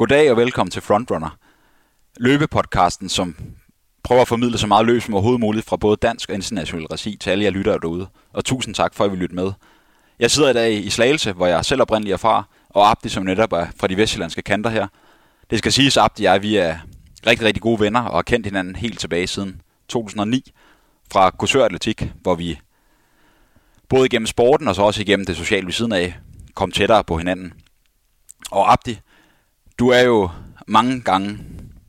Goddag og velkommen til Frontrunner, løbepodcasten, som prøver at formidle så meget løb som overhovedet muligt fra både dansk og international regi til alle jer lyttere derude. Og tusind tak for, at I vil lytte med. Jeg sidder i dag i Slagelse, hvor jeg selv oprindelig er fra, og Abdi, som netop er fra de vestjyllandske kanter her. Det skal siges, Abdi og jeg, vi er rigtig, rigtig gode venner og har kendt hinanden helt tilbage siden 2009 fra Korsør Atletik, hvor vi både igennem sporten og så også igennem det sociale ved siden af kom tættere på hinanden. Og Abdi, du er jo mange gange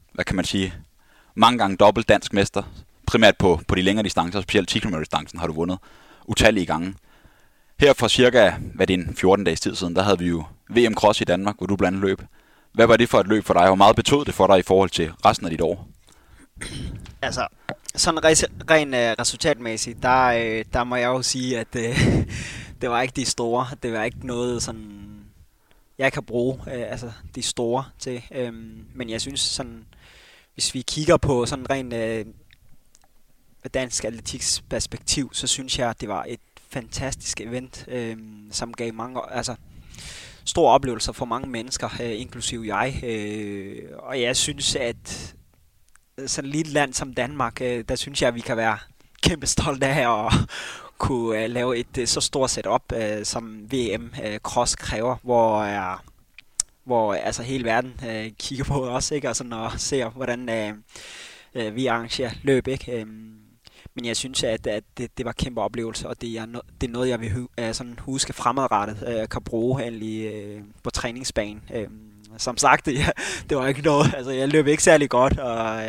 dobbelt dansk mester, primært på de længere distancer, specielt 10 km distancen har du vundet utallige gange. Her for cirka, 14 dages tid siden, der havde vi jo VM Cross i Danmark, hvor du blandt andet løb. Hvad var det for et løb for dig? Hvor meget betød det for dig i forhold til resten af dit år? Altså, sådan rent resultatmæssigt, der må jeg jo sige, at det var ikke de store. Det var ikke noget sådan, jeg kan bruge de store til. Men jeg synes sådan, hvis vi kigger på sådan rent dansk atletiks perspektiv, så synes jeg, at det var et fantastisk event, som gav mange store oplevelser for mange mennesker, inklusive jeg. Og jeg synes, at sådan et lille land som Danmark, der synes jeg, at vi kan være kæmpe stolte af at kunne lave et så stort setup, som VM Cross kræver, hvor altså hele verden kigger på os, ikke? Og sådan, og ser, hvordan vi arrangerer løb, ikke? Men jeg synes, at det var kæmpe oplevelse, og det er noget, jeg vil sådan huske fremadrettet, kan bruge egentlig på træningsbanen. Som sagt, det var ikke noget, altså jeg løb ikke særlig godt,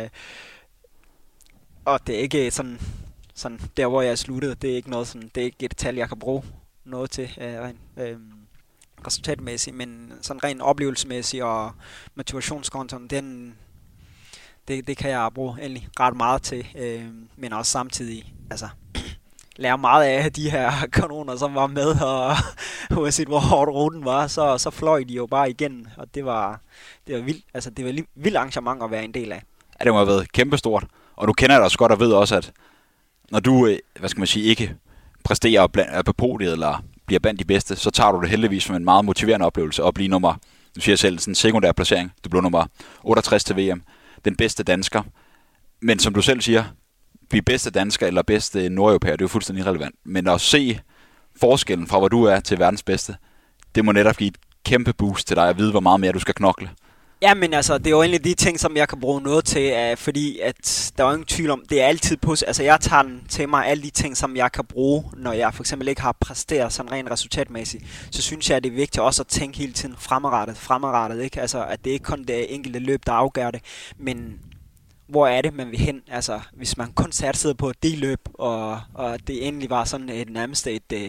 og det er ikke sådan der, hvor jeg sluttede, det er ikke noget sådan, det er ikke et tal, jeg kan bruge noget til resultatmæssigt, men sådan rent oplevelsesmæssigt og motivationskontoen, det kan jeg bruge egentlig ret meget til, men også samtidig lære meget af de her kanoner, som var med, og uanset hvor hårdt ruten var, så fløj de jo bare igen, og det var vildt, altså det var vildt arrangement at være en del af. Ja, det må have været kæmpestort, og du kender dig også godt og ved også, at når du, ikke præsterer på podiet eller bliver blandt de bedste, så tager du det heldigvis som en meget motiverende oplevelse at blive nummer, du siger selv, sådan en sekundær placering. Du blev nummer 68 til VM, den bedste dansker. Men som du selv siger, blive bedste dansker eller bedste nordeuropæer, det er jo fuldstændig irrelevant. Men at se forskellen fra, hvor du er til verdens bedste, det må netop give et kæmpe boost til dig at vide, hvor meget mere du skal knokle. Ja, men altså, det er jo egentlig de ting, som jeg kan bruge noget til, fordi at der er jo ingen tvivl om, det er altid på, altså jeg tager den til mig, alle de ting, som jeg kan bruge, når jeg for eksempel ikke har præsteret sådan rent resultatmæssigt, så synes jeg, at det er vigtigt også at tænke hele tiden fremadrettet, ikke? Altså, at det ikke kun det enkelte løb, der afgør det, men hvor er det, man vil hen? Altså, hvis man kun satsede på det løb, og det endelig var sådan nærmest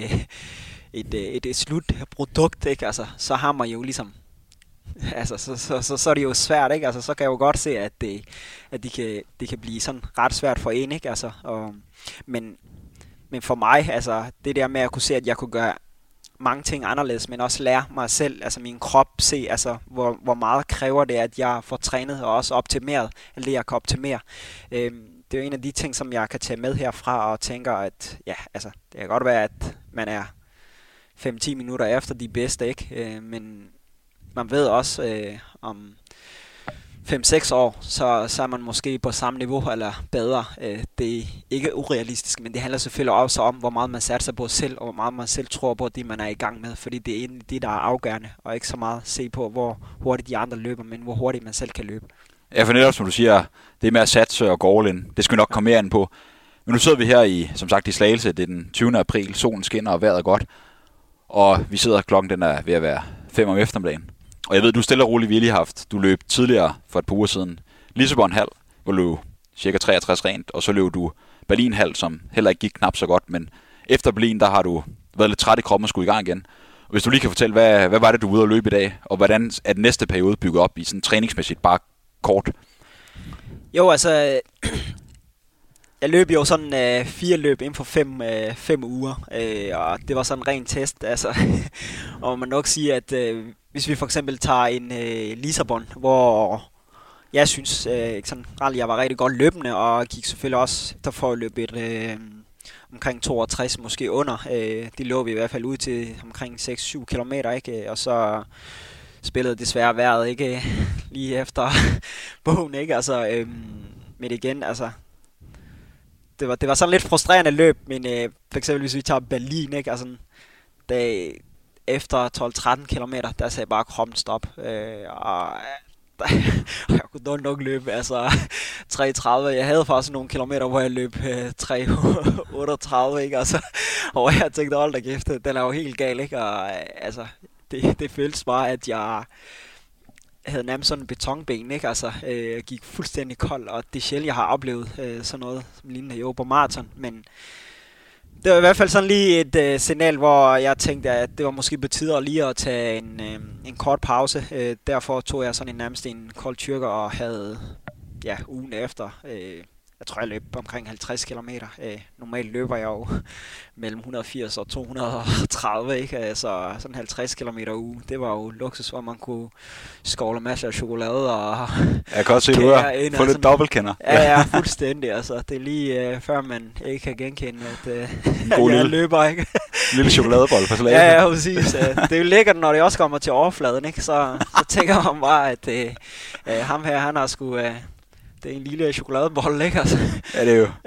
et slutprodukt, ikke? Altså, så har man jo ligesom, altså, så er det jo svært, ikke? Altså, så kan jeg jo godt se, at det kan blive sådan ret svært for en, ikke? Altså, men for mig, altså, det der med at kunne se, at jeg kunne gøre mange ting anderledes, men også lære mig selv, altså min krop, se, altså, hvor meget kræver det, at jeg får trænet og også optimeret, eller det, jeg kan optimere. Det er jo en af de ting, som jeg kan tage med herfra og tænker, at ja, altså, det kan godt være, at man er 5-10 minutter efter de bedste, ikke? Men man ved også, om 5-6 år, så er man måske på samme niveau eller bedre. Det er ikke urealistisk, men det handler selvfølgelig også om, hvor meget man satser på selv, og hvor meget man selv tror på det, man er i gang med. Fordi det er egentlig det, der er afgørende, og ikke så meget se på, hvor hurtigt de andre løber, men hvor hurtigt man selv kan løbe. Ja, for netop som du siger, det med at satse og gå all in, det skal vi nok komme mere ind på. Men nu sidder vi her i Slagelse, det er den 20. april, solen skinner og vejret er godt, og vi sidder, klokken den er ved at være 5 om eftermiddagen. Og jeg ved, du stille og roligt virkelig haft. Du løb tidligere for et par uger siden Lissabon halv, hvor du løb cirka 63 rent, og så løb du Berlin halv, som heller ikke gik knap så godt, men efter Berlin, der har du været lidt træt i kroppen og skulle i gang igen. Og hvis du lige kan fortælle, hvad var det, du var ude at løbe i dag, og hvordan er den næste periode bygget op i sådan træningsmæssigt, bare kort? Jo, altså, jeg løb jo sådan 4 løb inden for 5 uger, og det var sådan en ren test, altså, og man nok sige, at hvis vi for eksempel tager en Lissabon, hvor jeg synes, sådan, jeg var rigtig godt løbende, og gik selvfølgelig også der for at løbe et omkring 62, måske under. De lå vi i hvert fald ud til omkring 6-7 kilometer, ikke? Og så spillede desværre vejret ikke lige efter bogen, ikke? Altså, men igen, altså, det var sådan lidt frustrerende løb, men for eksempel hvis vi tager Berlin, ikke? Altså, efter 12-13 kilometer, der sagde bare kroppen stop, og jeg kunne nok løbe, altså 3.30. Jeg havde faktisk nogle kilometer, hvor jeg løb 3.38, ikke? Altså, og jeg tænkte, hold da kæft, den er jo helt gal, ikke? Og altså, det føltes bare, at jeg havde nærmest sådan en betonben, ikke? Altså, gik fuldstændig kold, og det er sjældent, jeg har oplevet sådan noget som lignende jo på maraton, men det var i hvert fald sådan lige et signal, hvor jeg tænkte, at det var måske på tide lige at tage en kort pause. Derfor tog jeg sådan nærmest en kold tyrker og havde ugen efter. Jeg tror, jeg løb omkring 50 kilometer. Normalt løber jeg jo mellem 180 og 230, ikke? Så sådan 50 kilometer uge, det var jo luksus, hvor man kunne skovle masser af chokolade og... Jeg kan også se, du har fået lidt dobbeltkender. Ja, fuldstændig. Altså, det er lige før man ikke kan genkende, at jeg løber, ikke? En lille chokoladebold for slaget. Ja, præcis. Det er jo lækkert, når det også kommer til overfladen, ikke? Så tænker man bare, at ham her, han har sgu... det er en lille chokoladebolle, ikke? Altså. Ja, det er jo.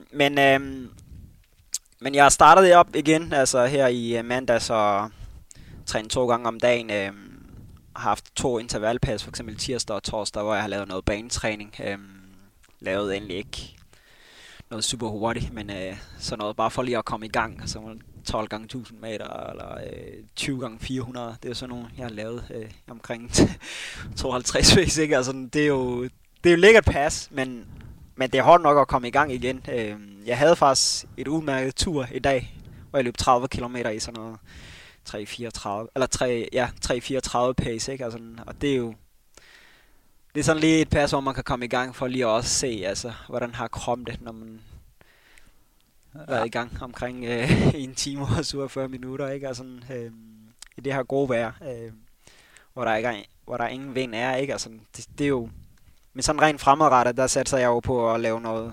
Men jeg startede op igen, altså her i mandags og trænede 2 gange om dagen. Har haft 2 intervalpas, for eksempel tirsdag og torsdag, hvor jeg har lavet noget banetræning. Lavet egentlig ikke noget super hurtigt, men sådan noget bare for lige at komme i gang. Altså 12 gange 1000 meter, eller 20 gange 400. Det er sådan nogle, jeg har lavet omkring 52 vis, ikke? Altså, det er jo lækkert pas, men det er hårdt nok at komme i gang igen. Jeg havde faktisk et udmærket tur i dag, hvor jeg løb 30 km i sådan noget 3.34 pace, ikke? Altså, og det er jo sådan lige et pas, hvor man kan komme i gang for lige at også se, altså, hvordan har kroppen det, når man været i gang omkring 1 time og 47 minutter, ikke? Altså, i det her gode vejr, hvor der ingen vind er, ikke? Altså, det er jo... Men sådan rent fremadrettet, der satte jeg jo på at lave noget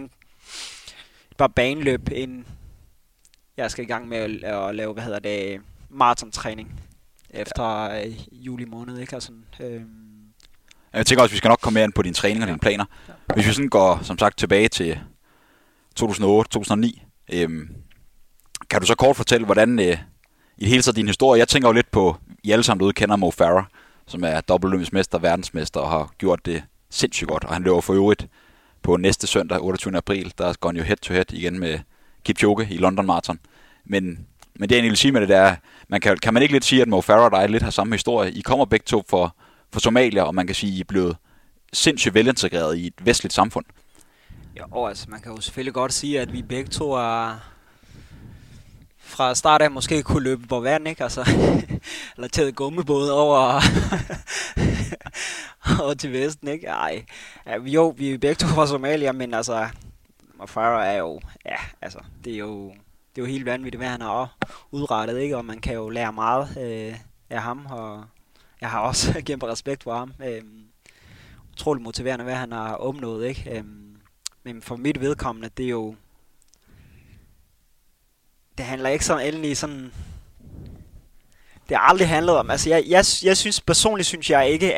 baneløb, inden jeg skal i gang med at lave, maratontræning efter juli måned, ikke? Altså, Jeg tænker også, vi skal nok komme mere ind på din træning og dine planer. Hvis vi sådan går, som sagt, tilbage til 2008-2009, kan du så kort fortælle, hvordan i det hele taget din historie, jeg tænker jo lidt på, I alle sammen derude kender Mo Farah, som er dobbeltolympisk mester, verdensmester, og har gjort det sindssygt godt, og han løber for øvrigt på næste søndag, 28. april, der går han jo head-to-head igen med Kipchoge i London Marathon. Men det jeg vil sige med det er, kan man ikke lidt sige, at Mo Farah og dig lidt har samme historie? I kommer begge to for Somalia, og man kan sige, at I er blevet sindssygt velintegreret i et vestligt samfund. Jo, altså man kan jo selvfølgelig godt sige, at vi begge to er fra start af måske kunne løbe på vand, ikke? Altså, eller taget gummibåd over til vesten, ikke? Ej. Ja, jo, vi er begge to fra Somalia, men altså, Farah er jo, ja, altså, det er jo helt vanvittigt, hvad han har udrettet, ikke? Og man kan jo lære meget af ham, og jeg har også kæmpe respekt for ham. Utroligt motiverende, hvad han har opnået, ikke? Men for mit vedkommende, det er jo, det handler ikke sådan endelig sådan, det har aldrig handlet om, altså jeg synes, personligt synes jeg ikke,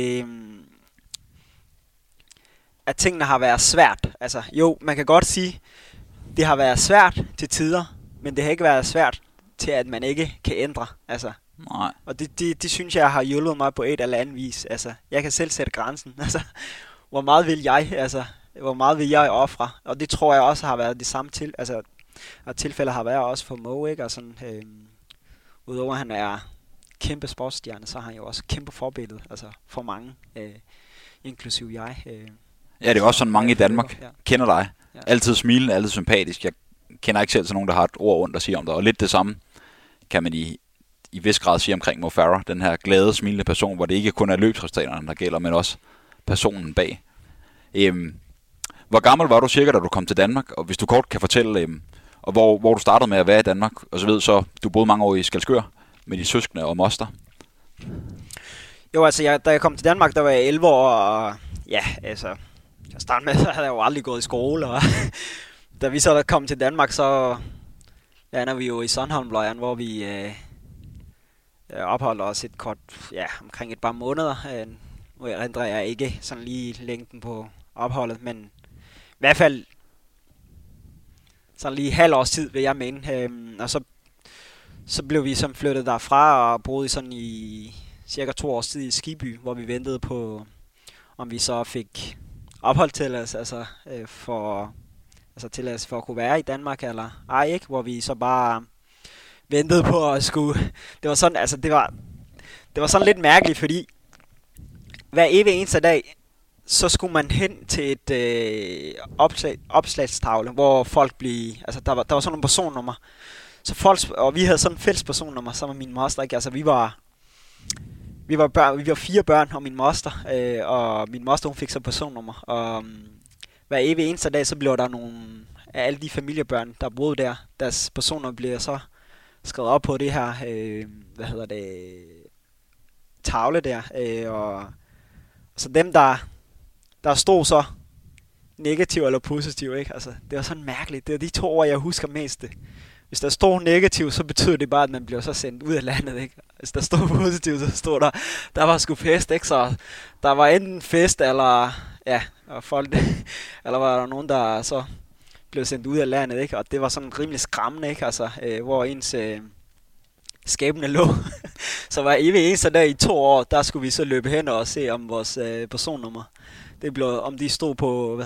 at tingene har været svært. Altså jo, man kan godt sige, det har været svært til tider, men det har ikke været svært til, at man ikke kan ændre. Altså, nej. Og det synes jeg har hjulpet mig på et eller andet vis. Altså, jeg kan selv sætte grænsen. Altså, hvor meget vil jeg ofre? Og det tror jeg også har været det samme til, altså, og tilfældet har været også for Mo, ikke? Og sådan, udover at han er kæmpe sportsstjerne, så har han jo også kæmpe forbillede, altså for mange, inklusiv jeg. Ja, det er også sådan, mange i Danmark kender dig. Ja. Altid smilende, altid sympatisk. Jeg kender ikke selv til nogen, der har et ord rundt at sige om dig. Og lidt det samme kan man i vis grad sige omkring Mo Farah. Den her glade, smilende person, hvor det ikke kun er løbsresultaterne, der gælder, men også personen bag. Hvor gammel var du cirka, da du kom til Danmark? Og hvis du kort kan fortælle, og hvor du startede med at være i Danmark, og så ved så, du boede mange år i Skælskør med de søskende og moster. Jo, altså, da jeg kom til Danmark, der var jeg 11 år, og ja, altså, jeg startede med, så havde jeg jo aldrig gået i skole, og da vi så kom til Danmark, så ender vi jo i Sandholmlejren, hvor vi opholdt os et kort, omkring et par måneder. Nu erindrer jeg ikke sådan lige længden på opholdet, men i hvert fald sådan lige halv års tid, vil jeg mene. Og så blev vi som flyttet derfra og boede sådan i cirka 2 års tid i Skiby, hvor vi ventede på, om vi så fik opholdstilladelse, tilladelse for at kunne være i Danmark eller ej, ikke? Hvor vi så bare ventede på at skulle. Det var sådan, det var sådan lidt mærkeligt, fordi hver evig eneste dag, så skulle man hen til et opslagstavle, hvor folk blev, der var sådan nogle personnummer. Så folk, og vi havde sådan en fælles personnummer sammen med min moster, ikke? Altså vi var 4 børn og min moster, og min moster hun fik så personnummer, og hver evig eneste dag, så blev der nogle af alle de familiebørn, der boede der, deres personnummer blev så skrevet op på det her, tavle der, og så dem, der stod så negativ eller positiv, ikke? Altså, det var sådan mærkeligt. Det var de 2 år, jeg husker mest. Hvis der stod negativ, så betyder det bare, at man bliver så sendt ud af landet, ikke? Hvis der stod positiv, så stod der var sgu fest, ikke? Så der var enten fest, eller og folk, eller var der nogen, der så blev sendt ud af landet, ikke? Og det var sådan rimelig skræmmende, ikke? Altså, hvor ens skæbne lå. Så var evig eneste dag i 2 år, der skulle vi så løbe hen og se om vores personnummer. Det blev, om de stod på,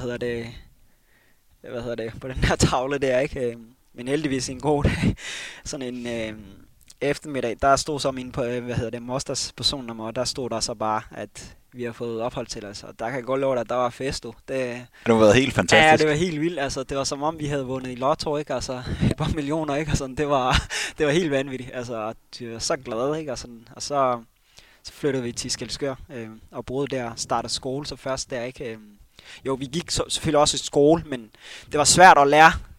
på den her tavle der, ikke? Men heldigvis en god dag, sådan en eftermiddag, der stod så min mosters personnummer, og der stod der så bare, at vi har fået opholdstilladelse, og der kan jeg godt love dig, at der var festo. Det har været helt fantastisk. Ja, det var helt vildt, altså det var som om vi havde vundet i lotto, ikke? Altså et par millioner, ikke? Og sådan, det var helt vanvittigt, altså de var så glade, ikke? Og så flyttede vi til Skælskør, og boede der, startede skole så først der, ikke? Jo, vi gik selvfølgelig også i skole, men det var svært at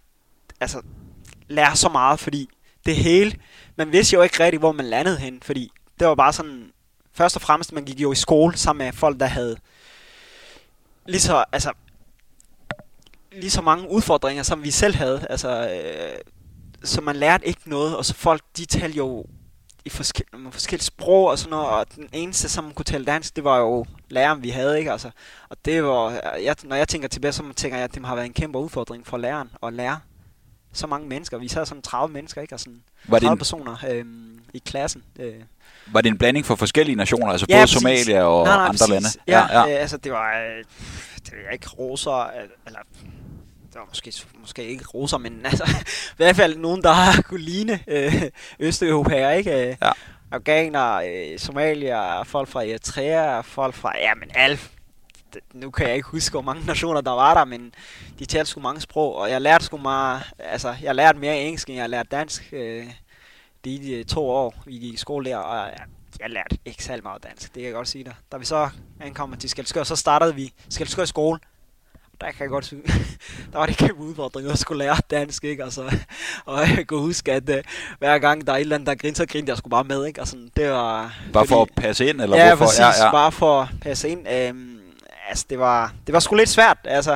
lære så meget, fordi det hele, man vidste jo ikke rigtig, hvor man landede hen, fordi det var bare sådan, først og fremmest, man gik jo i skole sammen med folk, der havde lige så mange udfordringer, som vi selv havde, så man lærte ikke noget, og så folk, de talte jo i forskellige sprog og sådan noget, og den eneste, som kunne tale dansk, det var jo læreren, vi havde, ikke? Altså, og det var, når jeg tænker tilbage, så tænker jeg, at det har været en kæmpe udfordring for læreren at lære så mange mennesker. Vi sad sådan 30 mennesker, ikke? Og sådan 30 personer i klassen. Var det en blanding for forskellige nationer, altså både præcis. Somalia og nej, andre lande? Ja. Altså det var, det ved jeg ikke, roser, eller det var måske ikke roser, men altså i hvert fald nogen, der kunne ligne østeuropæer, ikke? Afghaner, Somalia, folk fra Eritrea, folk fra, nu kan jeg ikke huske, hvor mange nationer der var der, men de talte sgu mange sprog, og jeg lærte sgu meget, jeg lærte mere engelsk, end jeg lærte dansk de 2 år, vi gik i skole der, og jeg lærte ikke særlig meget dansk, det kan jeg godt sige dig. Da vi så ankom til Skælskør, så startede vi Skælskør skole. Der kan jeg godt sige, der var det kæmpe udfordring at skulle lære dansk, ikke? Og jeg kunne huske, at hver gang der er et eller andet, der grinte, så grinte jeg skulle bare med, ikke? Og sådan, det var bare for at passe ind, eller hvorfor? Præcis, ja, bare for at passe ind. Det var sgu lidt svært,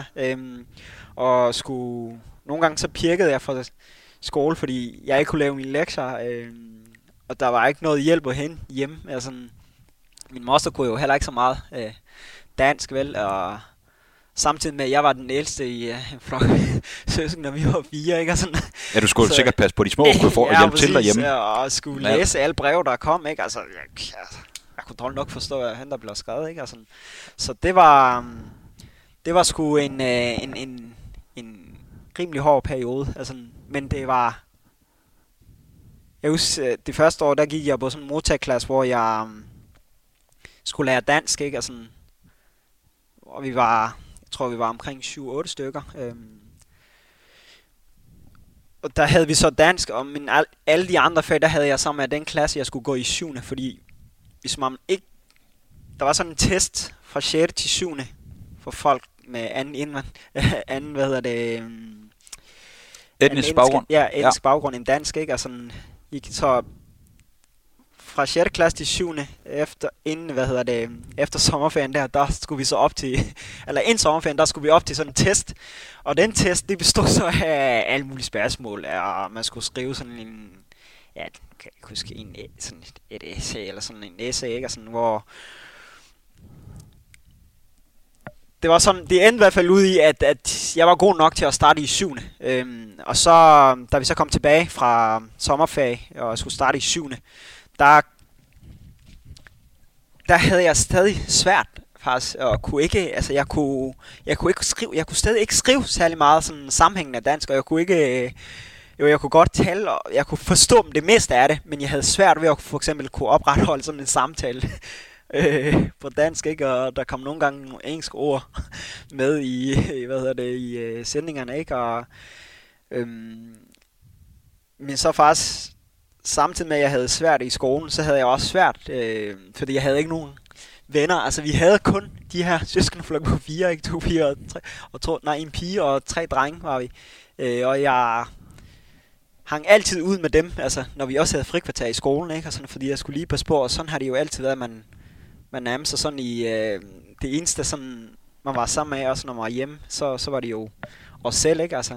og nogle gange så pirkede jeg fra skole, fordi jeg ikke kunne lave mine lektier, og der var ikke noget hjælp at hente hjemme. Min moster kunne jo heller ikke så meget dansk, vel, og samtidig med, at jeg var den ældste i en flok søskende, når vi var 4, ikke? Og sådan. Ja, du skulle sikkert passe på de små, og kunne få hjælp til derhjemme. Og skulle læse alle breve, der kom, ikke? Jeg kunne dårligt nok forstå, at han der blev skrevet, ikke? Så det var sgu en rimelig hård periode, men det var, jeg husker, det første år, der gik jeg på sådan en modtagklasse, hvor jeg skulle lære dansk, ikke? Og vi var omkring 7-8 stykker, og der havde vi så dansk, men alle de andre fag, der havde jeg sammen med den klasse, jeg skulle gå i 7. Fordi hvis man ikke, der var sådan en test fra 6. til 7. for folk med etnisk baggrund. Ja, etnisk baggrund end dansk, ikke? Så fra 6. klasse til 7. efter sommerferien der skulle vi så op til, eller inden sommerferien, der skulle vi op til sådan en test. Og den test, det bestod så af alle mulige spørgsmål, og man skulle skrive sådan ja, kan jeg ikke huske, sådan et essay, eller sådan en essay, ikke? Og sådan, hvor det var sådan, det endte i hvert fald ud i, at jeg var god nok til at starte i 7. Og så, da vi så kom tilbage fra sommerferie, og skulle starte i 7. Der havde jeg stadig svært faktisk, og kunne ikke, altså jeg kunne ikke skrive, jeg kunne stadig ikke skrive særlig meget sådan sammenhængende dansk, og jeg kunne ikke, jeg kunne godt tale, og jeg kunne forstå det meste af det, men jeg havde svært ved at for eksempel kunne opretholde sådan en samtale på dansk, ikke? Og der kom nogle gange nogle engelske ord med i sendingerne, ikke? Og men så faktisk samtidig med at jeg havde svært i skolen, så havde jeg også svært, fordi jeg havde ikke nogen venner. Altså vi havde kun de her søskendeflok på 4, ikke? 2 piger og en pige og 3 drenge var vi. Og jeg hang altid ud med dem, altså når vi også havde frikvarter i skolen, ikke? Og sådan, fordi jeg skulle lige passe på, og sådan har det jo altid været, at man nærmede sig sådan i det eneste sådan man var sammen med, også når man var hjemme, så var det jo os selv, ikke? Altså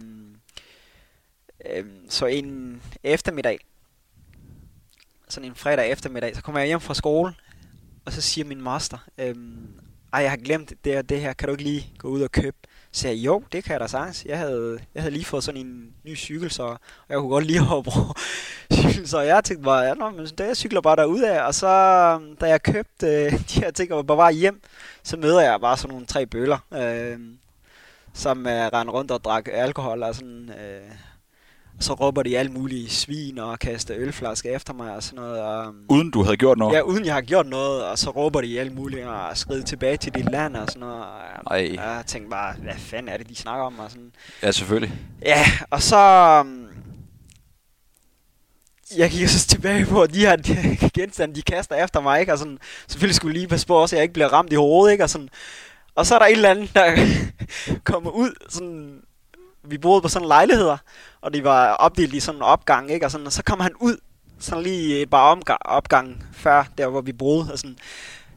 så en eftermiddag, sådan en fredag eftermiddag, så kommer jeg hjem fra skole, og så siger min master, jeg har glemt det her, kan du ikke lige gå ud og købe? Så sagde jeg, jo, det kan jeg da sagtens. Jeg havde lige fået sådan en ny cykel, og jeg kunne godt lide at bruge cykel, så jeg tænkte bare, men det jeg cykler bare derudad, og så da jeg købte de her ting og var bare hjem, så møder jeg bare sådan nogle 3 bøller, som rendte rundt og drak alkohol og sådan. Så råber de alle mulige svin og kaster ølflasker efter mig og sådan noget. Og, uden du havde gjort noget? Ja, uden jeg har gjort noget, og så råber de alle mulige og skrider tilbage til dit land og sådan noget. Og jeg tænkte bare, hvad fanden er det, de snakker om? Og sådan. Ja, selvfølgelig. Ja, og så jeg gik så tilbage på, at de her genstande, de kaster efter mig, ikke? Og sådan, selvfølgelig skulle lige passe på også, at jeg ikke bliver ramt i hovedet, ikke? Og, sådan, og så er der en eller anden, der kommer ud, sådan, vi boede på sådan lejligheder, og de var opdelt i sådan en opgang, ikke? Og så kommer han ud, sådan lige bare opgang før, der hvor vi boede, og sådan.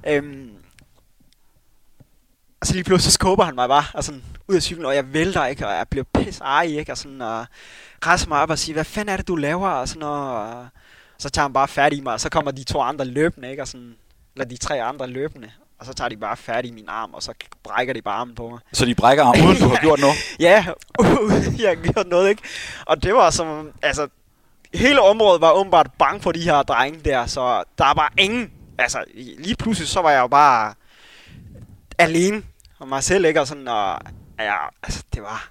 Og så lige pludselig så skubber han mig bare, og sådan, ud af cyklen, og jeg vælter, ikke? Og jeg bliver pisse ikke? Og sådan, og rejser mig op og siger, hvad fanden er det, du laver? Og sådan, og så tager han bare fat i mig, og så kommer de 2 andre løbende, ikke? Og sådan, eller de 3 andre løbende. Og så tager de bare fat i min arm, og så brækker de bare armen på mig. Så de brækker armen, uden du har gjort noget? Ja, jeg har gjort noget, ikke? Og det var som, altså, hele området var åbenbart bange for de her drenge der, så der var ingen, altså, lige pludselig så var jeg jo bare alene og mig selv, ikke? Og sådan, og ja, altså, det var,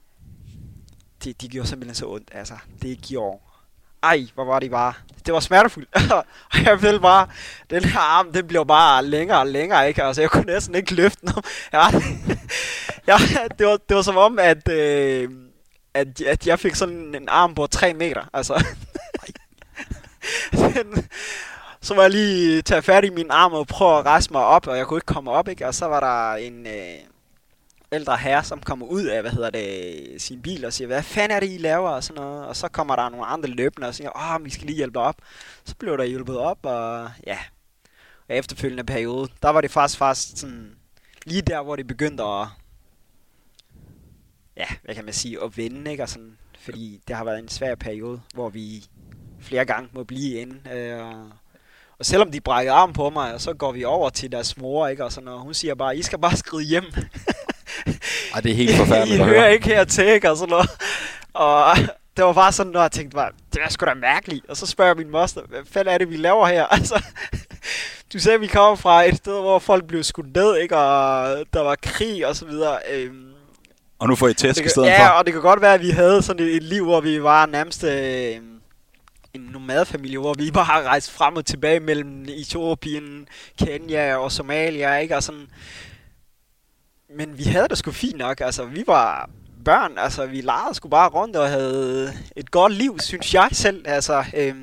de gjorde simpelthen så ondt, altså, det gjorde, hvor var de bare, det var smertefuldt, og jeg følte bare, den her arm, den blev bare længere og længere, ikke? Altså, jeg kunne næsten ikke løfte den. Det var som om, at jeg fik sådan en arm på 3 meter, altså. Så var jeg lige tage fat i min arm og prøve at rejse mig op, og jeg kunne ikke komme op, ikke? Og så var der en ældre herre, som kommer ud af, sin bil og siger, hvad fanden er det, I laver? Og sådan noget. Og så kommer der nogle andre løbende og siger, vi skal lige hjælpe op. Så blev der hjulpet op, og ja. Og efterfølgende periode, der var det faktisk sådan, lige der, hvor det begyndte at, ja, hvad kan man sige, at vende, ikke? Og sådan, fordi det har været en svær periode, hvor vi flere gange må blive inde, og selvom de brækkede armen på mig, så går vi over til deres mor, ikke? Og sådan, og hun siger bare, I skal bare skride hjem. Ej, det er helt forfærdeligt I hører ikke hertil, ikke? Og sådan noget. Og det var bare sådan, når jeg tænkte bare, det er sgu da mærkeligt. Og så spørger min moster, hvad fanden er det, vi laver her? Altså, du sagde, vi kommer fra et sted, hvor folk blev skudt ned, ikke? Og der var krig og så videre. Og nu får I tæsk i stedet for? Ja, og det kan godt være, at vi havde sådan et liv, hvor vi var nærmest en nomadefamilie, hvor vi bare har rejst frem og tilbage mellem Etiopien, Kenya og Somalia, ikke? Og sådan. Men vi havde det sgu fint nok, altså vi var børn, altså vi legede sgu bare rundt og havde et godt liv, synes jeg selv, altså.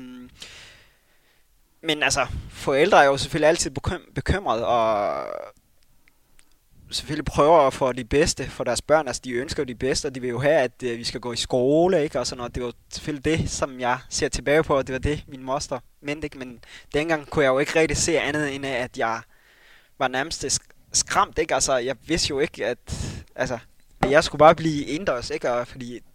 Men altså, forældre er jo selvfølgelig altid bekymrede, og selvfølgelig prøver at få det bedste for deres børn, altså de ønsker jo det bedste, og de vil jo have, at vi skal gå i skole, ikke, og sådan noget. Det var selvfølgelig det, som jeg ser tilbage på, og det var det, min moster mente, ikke, men dengang kunne jeg jo ikke rigtig se andet, end at jeg var nærmest skræmt, ikke, altså jeg vidste jo ikke, at, altså, jeg skulle bare blive indendørs, ikke, og fordi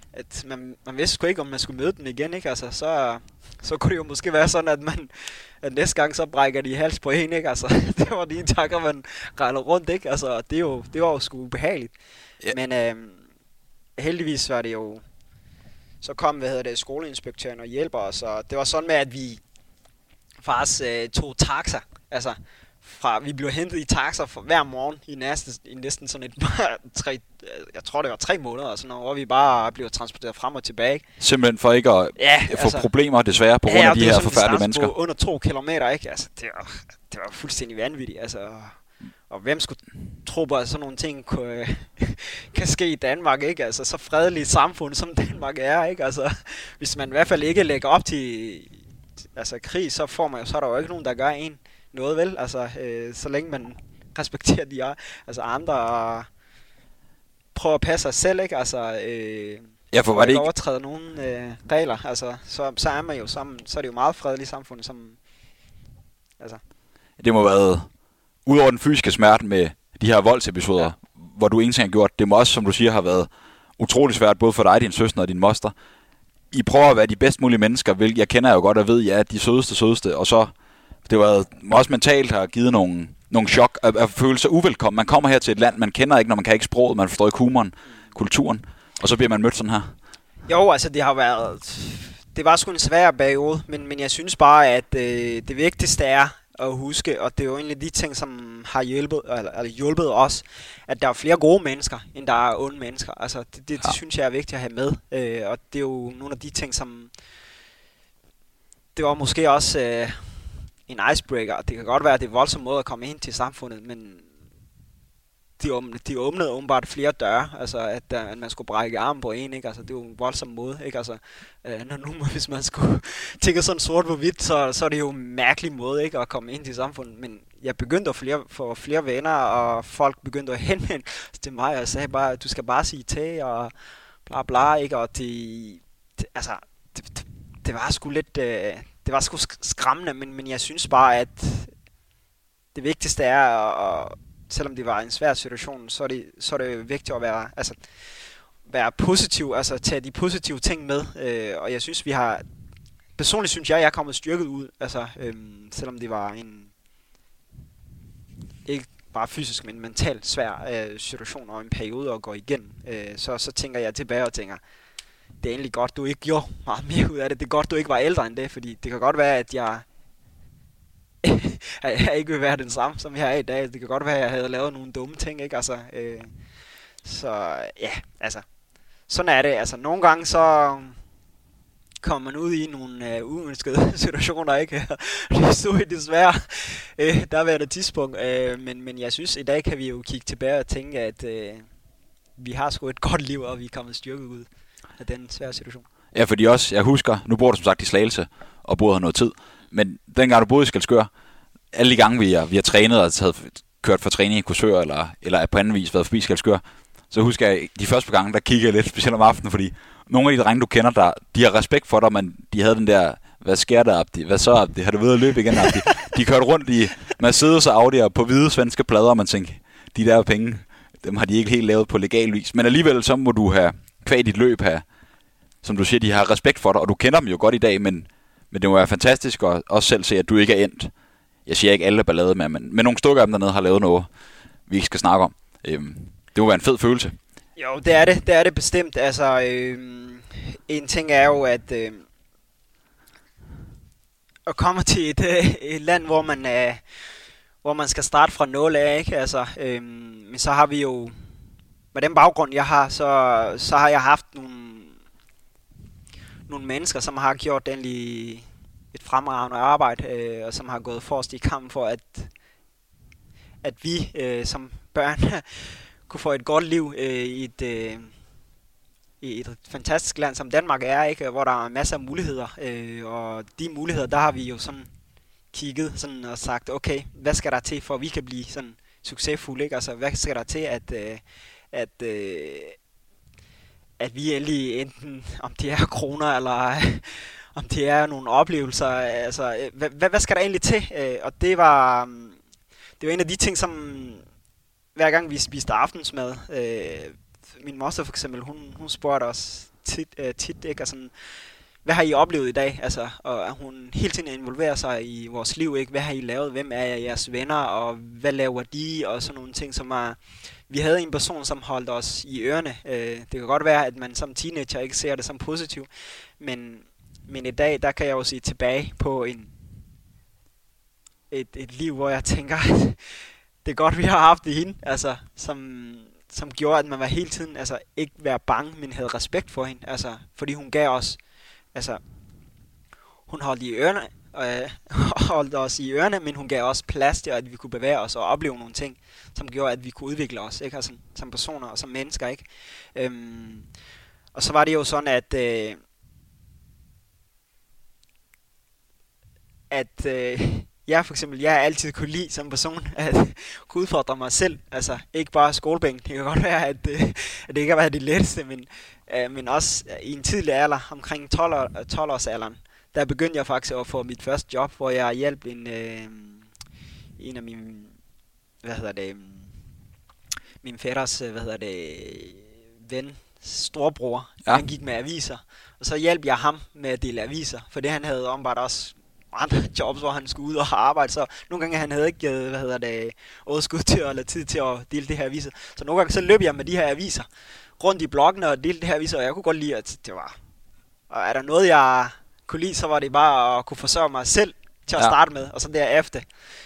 at man vidste sgu ikke, om man skulle møde dem igen, ikke? Altså, så kunne det jo måske være sådan, at næste gang så brækker de hals på en, ikke? Altså, det var de tanker, man rejler rundt, ikke? Altså, det var jo sgu ubehageligt. Ja. Men heldigvis var det jo, så kom, skoleinspektøren og hjælper os, og det var sådan med, at vi faktisk tog taxa, altså, vi blev hentet i taxa for hver morgen i næsten sådan jeg tror det var 3 måneder, og sådan noget, hvor vi bare blev transporteret frem og tilbage. Ikke? Simpelthen for ikke at få problemer, desværre, på grund af de her forfærdelige mennesker. På under 2 kilometer, ikke? Altså, det var fuldstændig vanvittigt, altså. Og hvem skulle tro på, at sådan nogle ting kan ske i Danmark, ikke? Altså, så fredeligt samfund, som Danmark er, ikke? Altså, hvis man i hvert fald ikke lægger op til krig, så er der jo ikke nogen, der gør en noget, vel? Altså, så længe man respekterer de andre prøver at passe sig selv, ikke? Altså, for var det ikke overtræde nogen regler, altså, så er man jo sammen, så er det jo meget fredeligt samfund, som, altså. Det må have været, udover den fysiske smerte med de her voldsepisoder, hvor du ingenting har gjort, det må også, som du siger, have været utrolig svært, både for dig, din søster og din moster. I prøver at være de bedst mulige mennesker, hvilket jeg kender jo godt og ved, ja, de sødeste, og så det var også mentalt har givet nogle chok at føle sig uvelkommen. Man kommer her til et land, man kender ikke, når man kan ikke sproget, man forstår ikke humoren, kulturen, og så bliver man mødt sådan her. Jo, altså det var sgu en svær periode, men jeg synes bare, at det vigtigste er at huske, og det er jo egentlig de ting, som har hjulpet os, at der er flere gode mennesker, end der er onde mennesker. Altså det synes jeg er vigtigt at have med, og det er jo nogle af de ting, som det var måske også en icebreaker. Det kan godt være, at det er en voldsom måde at komme ind til samfundet, men de åbnede åbenbart flere døre, altså at man skulle brække armen på en, ikke? Altså det er jo en voldsom måde, ikke? Altså hvis man skulle tænke sådan sort på hvidt, så er det jo en mærkelig måde, ikke, at komme ind til samfundet. Men jeg begyndte at få flere venner, og folk begyndte at henvende til mig og sagde bare, du skal bare sige til og bla bla, ikke? Og det var sgu lidt det var sgu skræmmende, men jeg synes bare, at det vigtigste er at selvom det var en svær situation, så er det vigtigt at være positiv, altså tage de positive ting med, og jeg synes personligt synes jeg er kommet styrket ud, altså selvom det var en ikke bare fysisk, men mentalt svær situation og en periode at gå igennem, så tænker jeg tilbage og tænker, det er egentlig godt, du ikke gjorde meget mere ud af det. Det er godt, du ikke var ældre end det, fordi det kan godt være, at jeg ikke vil være den samme, som jeg er i dag. Det kan godt være, at jeg havde lavet nogle dumme ting, ikke? Altså, så ja, altså, sådan er det. Altså, nogle gange så kommer man ud i nogle uønskede situationer, ikke? Det stod desværre der var et tidspunkt, men jeg synes, i dag kan vi jo kigge tilbage og tænke, at vi har sgu et godt liv, og vi er kommet styrket ud af den svære situation. Ja, fordi også, jeg husker, nu bor du som sagt i Slagelse, og boede her noget tid, men dengang du boede i Skælskør, alle de gange vi har trænet og havde kørt for træning i Korsør, eller på anden vis været forbi Skælskør, så husker jeg, de første gange, der kiggede jeg lidt, specielt om aftenen, fordi nogle af de drenge, du kender, de har respekt for dig, men de havde den der, hvad sker der, Abdi? Hvad så, Abdi? Har du ved at løbe igen, Abdi? De kørte rundt i Mercedes og Audi'er på hvide svenske plader, og man tænkte, de der penge, dem har de ikke helt lavet på legal vis. Men alligevel, så må du have kvæg dit løb her, som du siger, de har respekt for dig, og du kender dem jo godt i dag, men det må være fantastisk at også selv se, at du ikke er endt. Jeg siger ikke alle ballade med, men nogle stykker af dem dernede har lavet noget, vi ikke skal snakke om. Det må være en fed følelse. Jo, det er det bestemt. Altså, en ting er jo, at komme til et land, hvor man skal starte fra nul af, ikke? Altså, men så har vi jo, med den baggrund, jeg har, så har jeg haft nogle mennesker, som har gjort egentlig et fremragende arbejde, og som har gået forrest i kampen for, at vi som børn kunne få et godt liv i et fantastisk land, som Danmark er, ikke? Hvor der er masser af muligheder, og de muligheder, der har vi jo sådan kigget sådan og sagt, okay, hvad skal der til, for at vi kan blive sådan succesfulde, ikke? Altså, hvad skal der til, at vi endelig, enten om det er kroner, eller om det er nogle oplevelser, altså, hvad skal der egentlig til? Og det var en af de ting, som hver gang vi spiste aftensmad, min moster for eksempel, hun spurgte os, tit, ikke? Og sådan, hvad har I oplevet i dag? Altså, og hun hele tiden involverer sig i vores liv, ikke? Hvad har I lavet? Hvem er jeres venner? Og hvad laver de? Og sådan nogle ting, som er... Vi havde en person, som holdt os i ørerne. Det kan godt være, at man som teenager ikke ser det som positivt, men i dag, der kan jeg jo se tilbage på et liv, hvor jeg tænker, at det er godt, vi har haft det hende, altså, som gjorde, at man var hele tiden, altså, ikke være bange, men havde respekt for hende, altså, fordi hun gav os, altså, hun holdt i ørerne, holdt os i ørerne, men hun gav os plads til, at vi kunne bevæge os og opleve nogle ting, som gjorde, at vi kunne udvikle os, ikke? Altså, som personer og som mennesker, ikke? Og så var det jo sådan, at jeg for eksempel, jeg har altid kunne lide som person at kunne udfordre mig selv, altså ikke bare skolebænken. Det kan godt være, at det ikke har været det letteste, men også i en tidlig alder, omkring 12-års alderen, der begyndte jeg faktisk at få mit første job, hvor jeg hjalp en af mine, min fætters, ven, storbror. Ja. Han gik med aviser, og så hjalp jeg ham med at dele aviser, for det han havde åbenbart også andre jobs, hvor han skulle ud og arbejde, så nogle gange han havde ikke overskud til eller tid til at dele det her aviser. Så nogle gange så løb jeg med de her aviser rundt i blokken og delte det her aviser, og jeg kunne godt lide, at det var... Og er der noget, jeg kunne lide, så var det bare at kunne forsørge mig selv til at starte med, og så derefter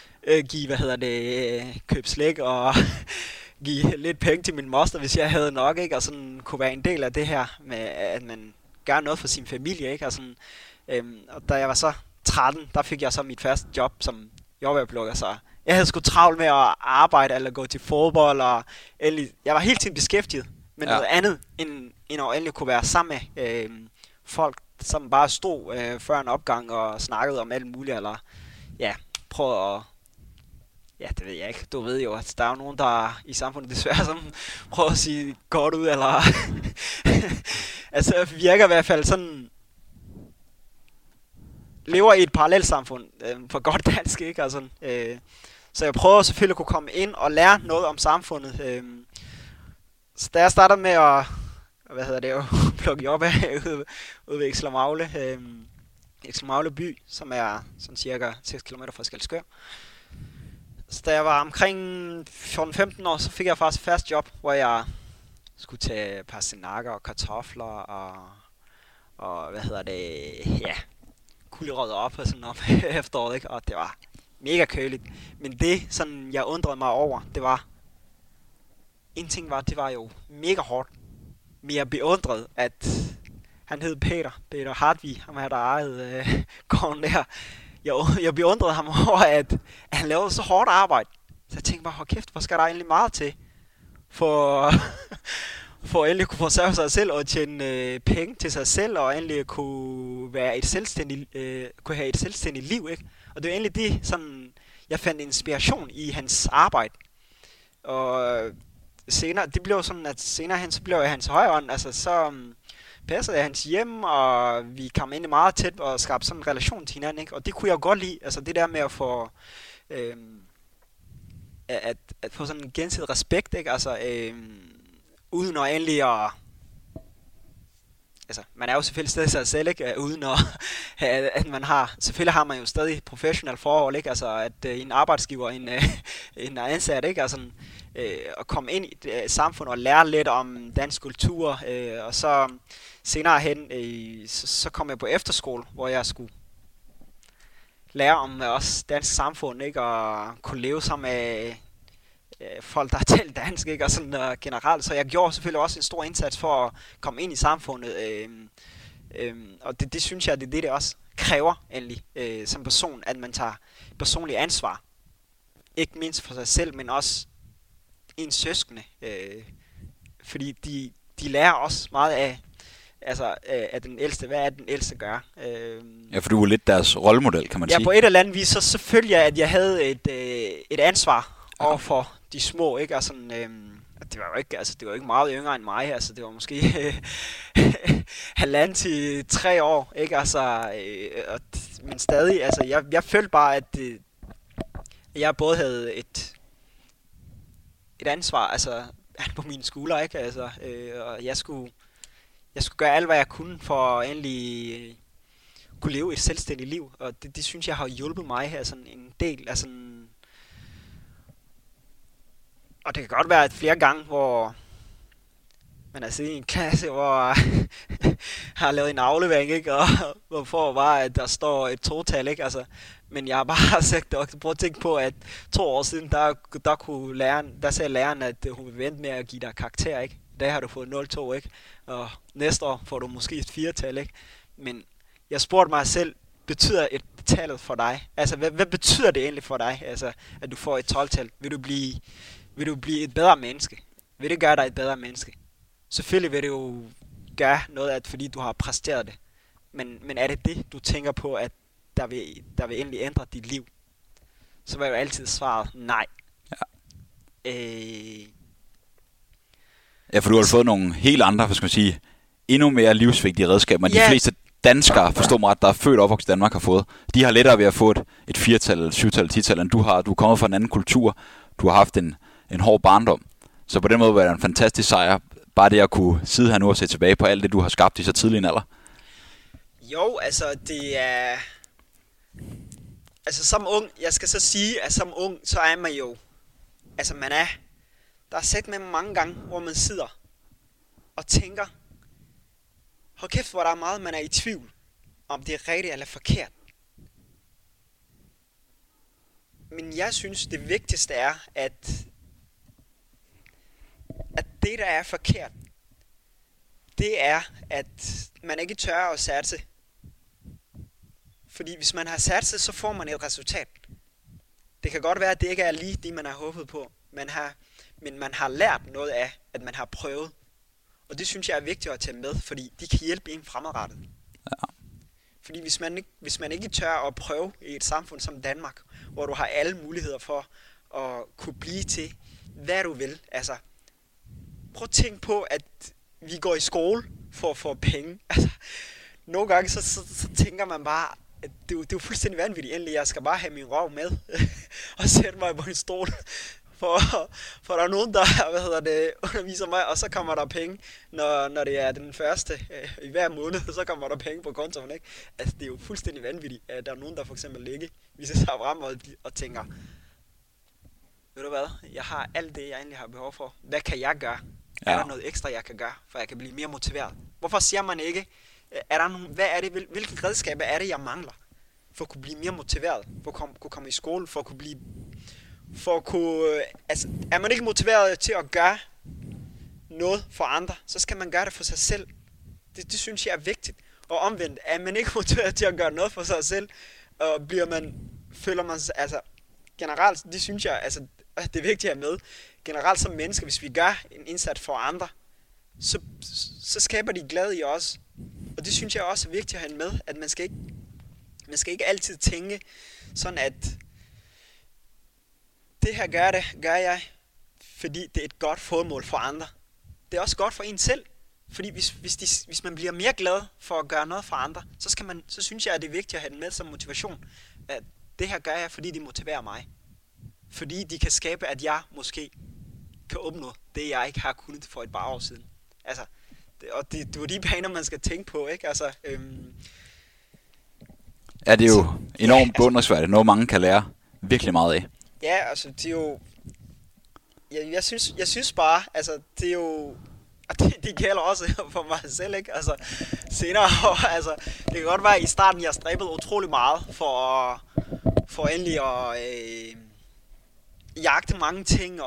give, købe slik og give lidt penge til min moster, hvis jeg havde nok, ikke? Og sådan kunne være en del af det her med, at man gør noget for sin familie, ikke? Og sådan, og da jeg var så 13, der fik jeg så mit første job som jordbærplukker, så jeg havde sgu travlt med at arbejde eller gå til fodbold, og jeg var hele tiden beskæftiget med noget andet, end at endelig kunne være sammen med folk, som bare stod før en opgang og snakkede om alt muligt, eller prøvede at... Ja, det ved jeg ikke. Du ved jo, at der er jo nogen, der i samfundet desværre som prøver at sige godt ud, eller... altså, virker i hvert fald sådan... Lever i et parallelt samfund, på godt dansk, ikke? Altså, så jeg prøver selvfølgelig at kunne komme ind og lære noget om samfundet. Så da jeg startede med at... plukke op af ude ved Ekselmagle by, som er sådan cirka 6 km fra Skælskør. Så da jeg var omkring 14-15 år, så fik jeg faktisk fast job, hvor jeg skulle tage pastinakker og kartofler og kulderødder op og sådan op efteråret, ikke? Og det var mega køligt. Men det, sådan jeg undrede mig over, det var, en ting var, det var jo mega hårdt. Men jeg beundrede, at han hed Peter Hartvig, ham her, der ejede gården der. Jeg beundrede ham over, at han lavede så hårdt arbejde. Så jeg tænkte bare, hold kæft, hvor skal der egentlig meget til for at endelig kunne forsørge sig selv og tjene penge til sig selv, og endelig kunne være kunne have et selvstændigt liv, ikke? Og det var egentlig det, sådan, jeg fandt inspiration i hans arbejde. Og senere, det blev sådan, at senere hen, så blev jeg hans højre, altså så passede jeg hans hjem, og vi kom egentlig meget tæt og skabte sådan en relation til hinanden, ikke? Og det kunne jeg godt lide, altså det der med at få at få sådan en gensidig respekt, ikke? Altså uden at endelig at... Altså, man er jo selvfølgelig stadig sig selv, ikke? Uden at man har... Selvfølgelig har man jo stadig professionelle forhold, ikke? Altså, at en arbejdsgiver, en ansat, ikke? Altså, at komme ind i et samfund og lære lidt om dansk kultur, og så senere hen, så kom jeg på efterskole, hvor jeg skulle lære om også dansk samfund, ikke? Og kunne leve sammen med folk, der har talt dansk, ikke? Og sådan generelt. Så jeg gjorde selvfølgelig også en stor indsats for at komme ind i samfundet. Og det synes jeg, det også kræver endelig som person, at man tager personlig ansvar. Ikke mindst for sig selv, men også ens søskende. Fordi de lærer også meget af, altså af den ældste. Hvad er den ældste gør? Ja, for du er lidt deres rollemodel, kan man sige. Ja, på et eller andet vis, så selvfølgelig, at jeg havde et ansvar overfor de små, ikke? Altså, det var jo ikke, altså det var ikke meget yngre end mig, altså det var måske 1,5 til 3 år, ikke? Altså, men stadig, altså jeg følte bare, at jeg både havde et ansvar, altså på mine skuldre, ikke? Altså, og jeg skulle jeg skulle gøre alt, hvad jeg kunne for at endelig kunne leve et selvstændigt liv. Og det synes jeg har hjulpet mig her sådan en del. Altså, og det kan godt være at flere gange, hvor man er siddet i en klasse, hvor jeg har lavet en aflevering, ikke? Og hvorfor bare, at der står et total, ikke? Altså, men jeg har bare sagt, og prøv at tænke på, at 2 år siden, der sagde læreren, at hun vil vente med at give dig karakter, ikke? I dag har du fået 0,2, ikke? Og næste år får du måske et 4-tal, ikke? Men jeg spurgte mig selv, betyder et tallet for dig? Altså, hvad betyder det egentlig for dig, altså, at du får et 12-tal? Vil du blive et bedre menneske? Vil det gøre dig et bedre menneske? Selvfølgelig vil det jo gøre noget af, fordi du har præsteret det. Men er det, du tænker på, at der vil endelig ændre dit liv? Så var jo altid svaret nej. Ja. Ja, for du har fået nogle helt andre, hvad skal man sige, endnu mere livsvigtige redskaber, end de fleste danskere, forstår mig ret, der er født og opvokset i Danmark, har fået. De har lettere ved at få et 4-tal, 7-tal, 10-tal, end du har. Du er kommet fra en anden kultur. Du har haft en hård barndom. Så på den måde var det en fantastisk sejr. Bare det at kunne sidde her nu og se tilbage på alt det, du har skabt i så tidlig en alder. Jo, altså det er... Altså som ung, jeg skal så sige, at som ung, så er man jo... Altså man er... Der er set med mange gange, hvor man sidder og tænker... Hold kæft, hvor der er meget, man er i tvivl, om det er rigtigt eller forkert. Men jeg synes, det vigtigste er, at det, der er forkert, det er, at man ikke tør at satse. Fordi hvis man har satset, så får man et resultat. Det kan godt være, at det ikke er lige det, man har håbet på. Men man har lært noget af, at man har prøvet. Og det synes jeg er vigtigt at tage med, fordi de kan hjælpe en fremadrettet. Ja. Fordi hvis man ikke tør at prøve i et samfund som Danmark, hvor du har alle muligheder for at kunne blive til, hvad du vil. Altså, prøv at tænke på, at vi går i skole for at få penge. Altså, nogle gange så tænker man bare, at det er jo fuldstændig vanvittigt. Endelig, jeg skal bare have min røv med og sætte mig på en stol. For der er nogen, der underviser mig, og så kommer der penge, når det er den første i hver måned, så kommer der penge på kontoen, ikke? Altså, det er jo fuldstændig vanvittigt, at der er nogen, der for eksempel ikke viser sig frem og tænker, ved du hvad, jeg har alt det, jeg egentlig har behov for. Hvad kan jeg gøre? Ja. Er der noget ekstra, jeg kan gøre, for jeg kan blive mere motiveret? Hvorfor siger man ikke, hvilke redskaber er det, jeg mangler, for at kunne blive mere motiveret, for at kunne komme i skole, altså, er man ikke motiveret til at gøre noget for andre, så skal man gøre det for sig selv. Det synes jeg er vigtigt. Og omvendt, er man ikke motiveret til at gøre noget for sig selv, og føler man sig, altså, generelt, det synes jeg, altså, det er vigtigt at have med. Generelt som mennesker, hvis vi gør en indsats for andre, så skaber de glæde i os. Og det synes jeg også er vigtigt at have med, at man skal ikke altid tænke sådan, at det her gør jeg, fordi det er et godt formål for andre. Det er også godt for en selv, fordi hvis man bliver mere glad for at gøre noget for andre, så synes jeg, at det er vigtigt at have den med som motivation. At det her gør jeg, fordi de motiverer mig. Fordi de kan skabe, at jeg måske kan opnå det, jeg ikke har kunnet for et par år siden. Altså, det er de baner, man skal tænke på, ikke? Altså, ja, det er jo enormt beundringsværdigt. Noget mange kan lære virkelig meget af. Ja, altså, det er jo... Jeg synes bare, altså, det er jo... Og det gælder også for mig selv, ikke? Altså, senere, altså, det kan godt være, at i starten, jeg stræbede utrolig meget for endelig at jagte mange ting,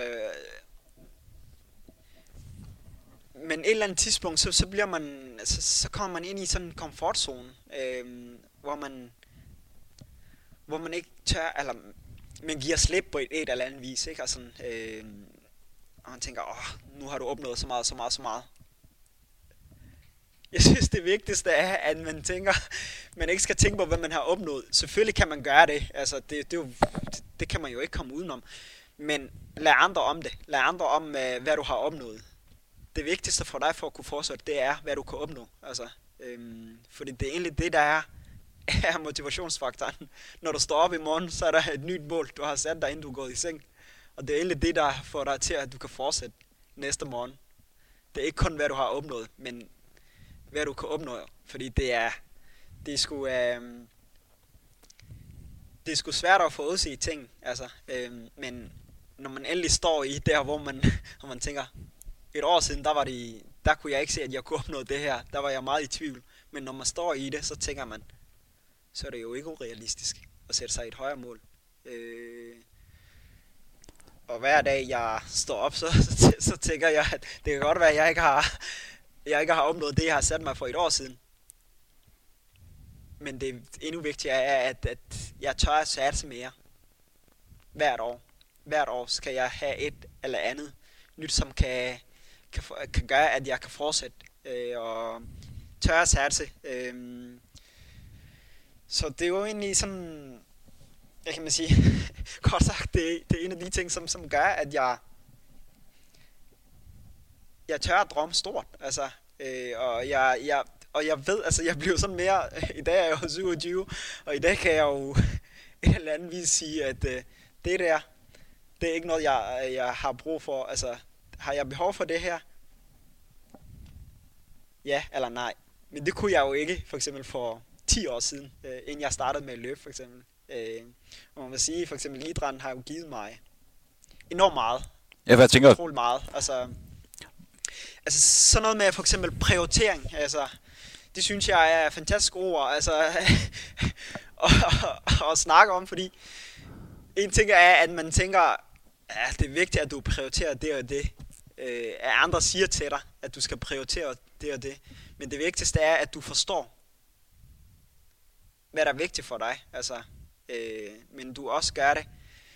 men et eller andet tidspunkt, så bliver man, så kommer man ind i sådan en komfortzone, hvor man ikke tør, eller man giver slip på et eller andet vis, ikke? Og sådan, og man tænker, nu har du opnået så meget. Jeg synes, det vigtigste er, at man ikke skal tænke på, hvad man har opnået. Selvfølgelig kan man gøre det, altså det kan man jo ikke komme udenom. Men lad andre om det. Lad andre om, hvad du har opnået. Det vigtigste for dig for at kunne fortsætte, det er, hvad du kan opnå. Altså, fordi det er egentlig det, der er motivationsfaktoren. Når du står op i morgen, så er der et nyt mål, du har sat dig, inden du er gået i seng. Og det er egentlig det, der får dig til, at du kan fortsætte næste morgen. Det er ikke kun, hvad du har opnået, men hvad du kan opnå. Fordi det er sgu, det er sgu svært at få udset ting, altså. Men når man endelig står i der, hvor man tænker, et år siden, der kunne jeg ikke se, at jeg kunne opnå det her. Der var jeg meget i tvivl. Men når man står i det, så tænker man, så er det jo ikke urealistisk at sætte sig i et højere mål. Og hver dag jeg står op, så tænker jeg, at det kan godt være, at jeg ikke har opnået det, jeg har sat mig for et år siden. Men det endnu vigtigere er, at jeg tør at satse mere. Hvert år. Hvert år skal jeg have et eller andet nyt, som kan gøre, at jeg kan fortsætte og tør at satse. Så det er jo egentlig sådan, jeg kan man sige, kort sagt, det er en af de ting, som gør, at jeg tør at drømme stort. Altså, og jeg ved, altså jeg bliver sådan mere, i dag er jeg jo 27, og i dag kan jeg jo et eller andet vis sige, at det der, det er ikke noget, jeg har brug for. Altså, har jeg behov for det her? Ja eller nej. Men det kunne jeg jo ikke, for eksempel for 10 år siden, inden jeg startede med at løbe, for eksempel. Og man vil sige, for eksempel idrætten har jo givet mig enormt meget. Ja, hvad tænker du? Utroligt meget. Altså sådan noget med for eksempel prioritering, altså det synes jeg er fantastisk ord, altså at snakke om, fordi en ting er, at man tænker, ja, det er vigtigt, at du prioriterer det og det. At andre siger til dig, at du skal prioritere det og det. Men det vigtigste er, at du forstår, hvad der er vigtigt for dig. Altså, men du også gør det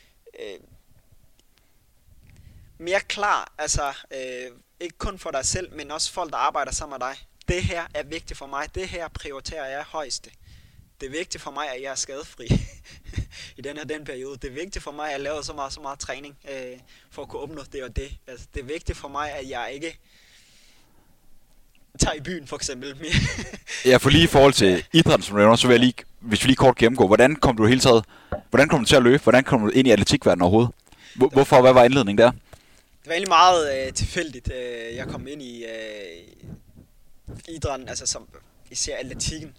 mere klar. Altså, ikke kun for dig selv, men også folk, der arbejder sammen med dig. Det her er vigtigt for mig. Det her prioriterer jeg højeste. Det er vigtigt for mig, at jeg er skadefri i den periode. Det er vigtigt for mig, at jeg laver så meget træning for at kunne opnå det og det. Altså, det er vigtigt for mig, at jeg ikke tager i byen, for eksempel. Ja, for lige i forhold til idrætten, som du nævner, så vil jeg lige, hvis vi lige kort gennemgå, hvordan kom du til at løbe? Hvordan kom du ind i atletikverdenen overhovedet? Hvorfor? Hvad var indledningen der? Det var egentlig meget tilfældigt. Jeg kom ind i idrætten, altså som især atletikken.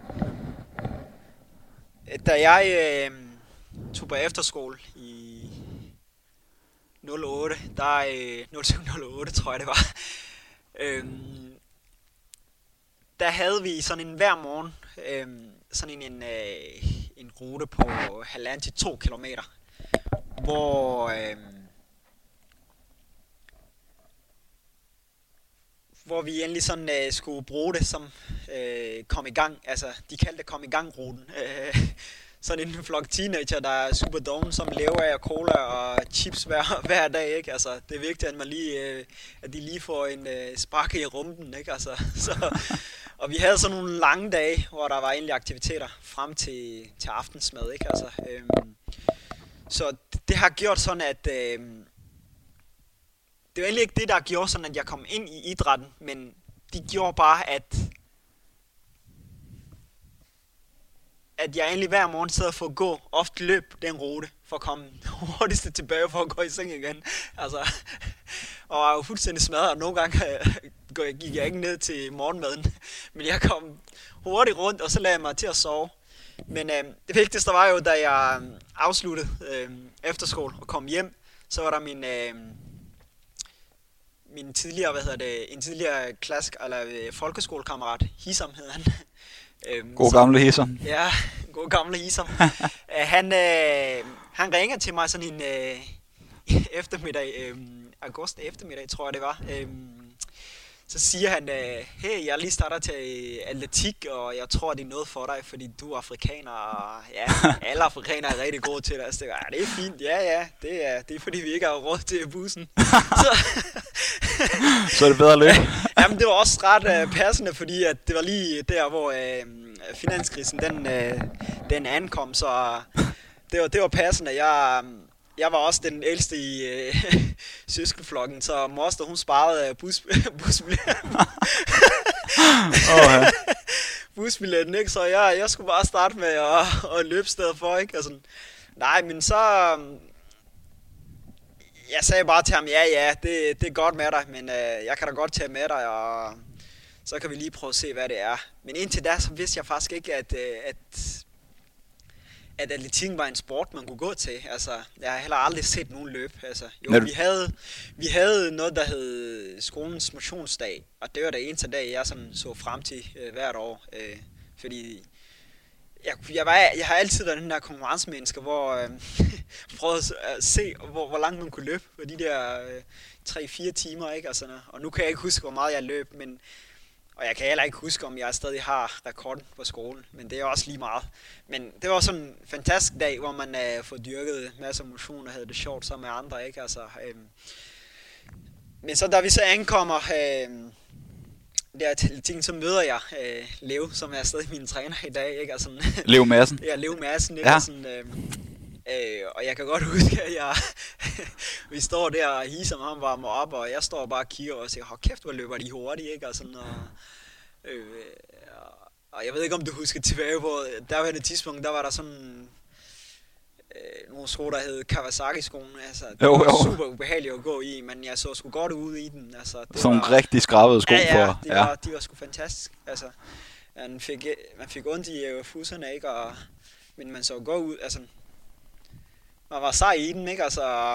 Da jeg tog på efterskole i 08, 0708 tror jeg det var, der havde vi sådan en hver morgen sådan en rute på 1,5 til 2 kilometer, hvor vi endelig sådan skulle bruge det som kom i gang. Altså, de kaldte det kom i gang ruten. Sådan en flok teenager, der er super doven, som lever af cola og chips hver dag, ikke? Altså, det er vigtigt, at de lige får en spark i rumpen, ikke? Altså, og vi havde sådan nogle lange dage, hvor der var egentlig aktiviteter frem til aftensmad, ikke? Altså, så det har gjort sådan, at det var egentlig ikke det, der gjorde sådan, at jeg kom ind i idrætten, men de gjorde bare, at jeg egentlig hver morgen sidder for at gå, ofte løb den rute, for at komme hurtigst tilbage for at gå i seng igen. Altså, og jeg var jo fuldstændig smadret, og nogle gange gik jeg ikke ned til morgenmaden, men jeg kom hurtigt rundt, og så lagde jeg mig til at sove. Men det vigtigste var jo, da jeg afsluttede efterskole og kom hjem, så var der min tidligere, en tidligere eller folkeskolekammerat, Hisam hed han. God gamle Hisam. Ja, god gamle Hisam. Han ringer til mig sådan en eftermiddag, august eftermiddag, tror jeg det var. Så siger han, hey, jeg lige starter til atletik, og jeg tror, det er noget for dig, fordi du er afrikaner, og ja, alle afrikanere er rigtig gode til det. Så ja, det er fint, ja, det er fordi, vi ikke har råd til bussen. Så er det bedre at løbe. Jamen, det var også ret passende, fordi at det var lige der, hvor finanskrisen, den ankom, så det var passende. Jeg var også den ældste i søskenflokken, så moster, hun sparede busbilletten, ikke? Så jeg skulle bare starte med at løbe stedet for, ikke? Altså, nej, men så jeg sagde bare til ham, ja, det er godt med dig, men jeg kan da godt tage med dig, og så kan vi lige prøve at se, hvad det er. Men indtil da, så vidste jeg faktisk ikke, at atletikken var en sport, man kunne gå til. Altså, jeg har heller aldrig set nogen løb. Altså, jo, vi havde noget, der hed skolens motionsdag, og det var det eneste dag, jeg sådan så frem til hvert år. Fordi jeg har altid været den der konkurrencemenneske, hvor prøvede at se, hvor langt man kunne løbe på de der 3-4 timer, ikke? Altså, og nu kan jeg ikke huske, hvor meget jeg løb, og jeg kan heller ikke huske, om jeg stadig har rekorden på skolen, men det er også lige meget. Men det var sådan en fantastisk dag, hvor man får dyrket masser af motion og havde det sjovt sammen med andre, ikke? Altså, men så da vi så ankommer der til atletikken, så møder jeg Leo, som er stadig min træner i dag, ikke? Altså, Leo Madsen? Ja, Leo Madsen, ikke? Ja. Sådan, og jeg kan godt huske, at vi står der og hiser med ham varmer op, og jeg står bare og kigger og siger, hold kæft, hvor løber de hurtigt, ikke? Og sådan, og jeg ved ikke, om du husker tilbage på, der var et tidspunkt, der var der sådan nogle sko, der hed Kawasaki-skoen, altså det var super ubehageligt at gå i, men jeg så sgu godt ud i den, altså. Sådan rigtig skrabede sko for. Ja, de var sgu fantastisk, altså. Man fik ondt i fusserne, ikke? Men man så godt ud, altså. Man var sej i den, ikke? Altså,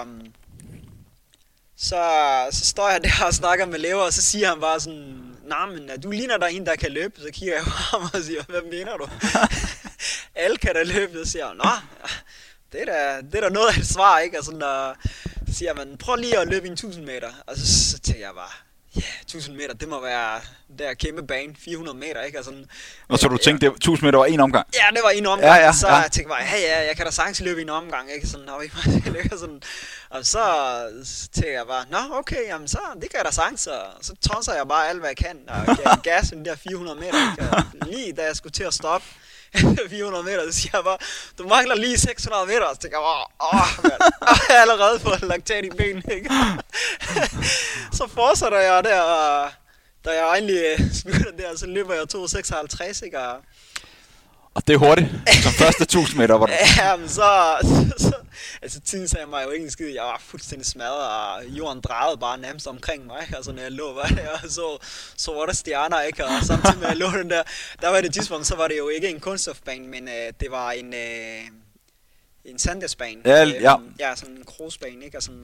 så står jeg der og snakker med Leo, og så siger han bare sådan, nej, men du ligner der en, der kan løbe. Så kigger jeg på ham og siger, hvad mener du? Alle kan da løbe. Så siger jeg, nå, det er da noget af et svar, ikke? Og sådan, så siger man, prøv lige at løbe en 1000 meter. Og så tænker jeg bare, ja, 1000 meter, det må være der kæmpe bane, 400 meter, ikke? Og sådan, og så du tænkte, 1000 meter var en omgang? Ja, det var en omgang. Ja. Så jeg tænkte bare, jeg kan da sagtens løbe en omgang, ikke? Sådan, sådan. Og så tænker jeg bare, nå, okay, jamen så, det kan jeg da sagtens. Og så tonser jeg bare alt, hvad jeg kan, og jeg gas den der 400 meter, ikke? Og lige da jeg skulle til at stoppe 400 meter, så siger jeg bare, du mangler lige 600 meter, og så tænker jeg bare, jeg er allerede fået laktat i benene, ikke? Så fortsætter jeg der, og da jeg egentlig slutter der, så løber jeg 2,56, ikke? Og det er hurtigt, som første 1000 meter, var det? Ja, men så altså tiden sagde mig jo ikke en skid, jeg var fuldstændig smadret, og jorden drejede bare nærmest omkring mig, altså når jeg lå bare der, og så var der stjerner, ikke? Og samtidig med at jeg lå den der var det tidspunkt, så var det jo ikke en kunststofbane, men det var en sanddagsbane. Ja. Ja, sådan en crossbane, ikke? Og sådan,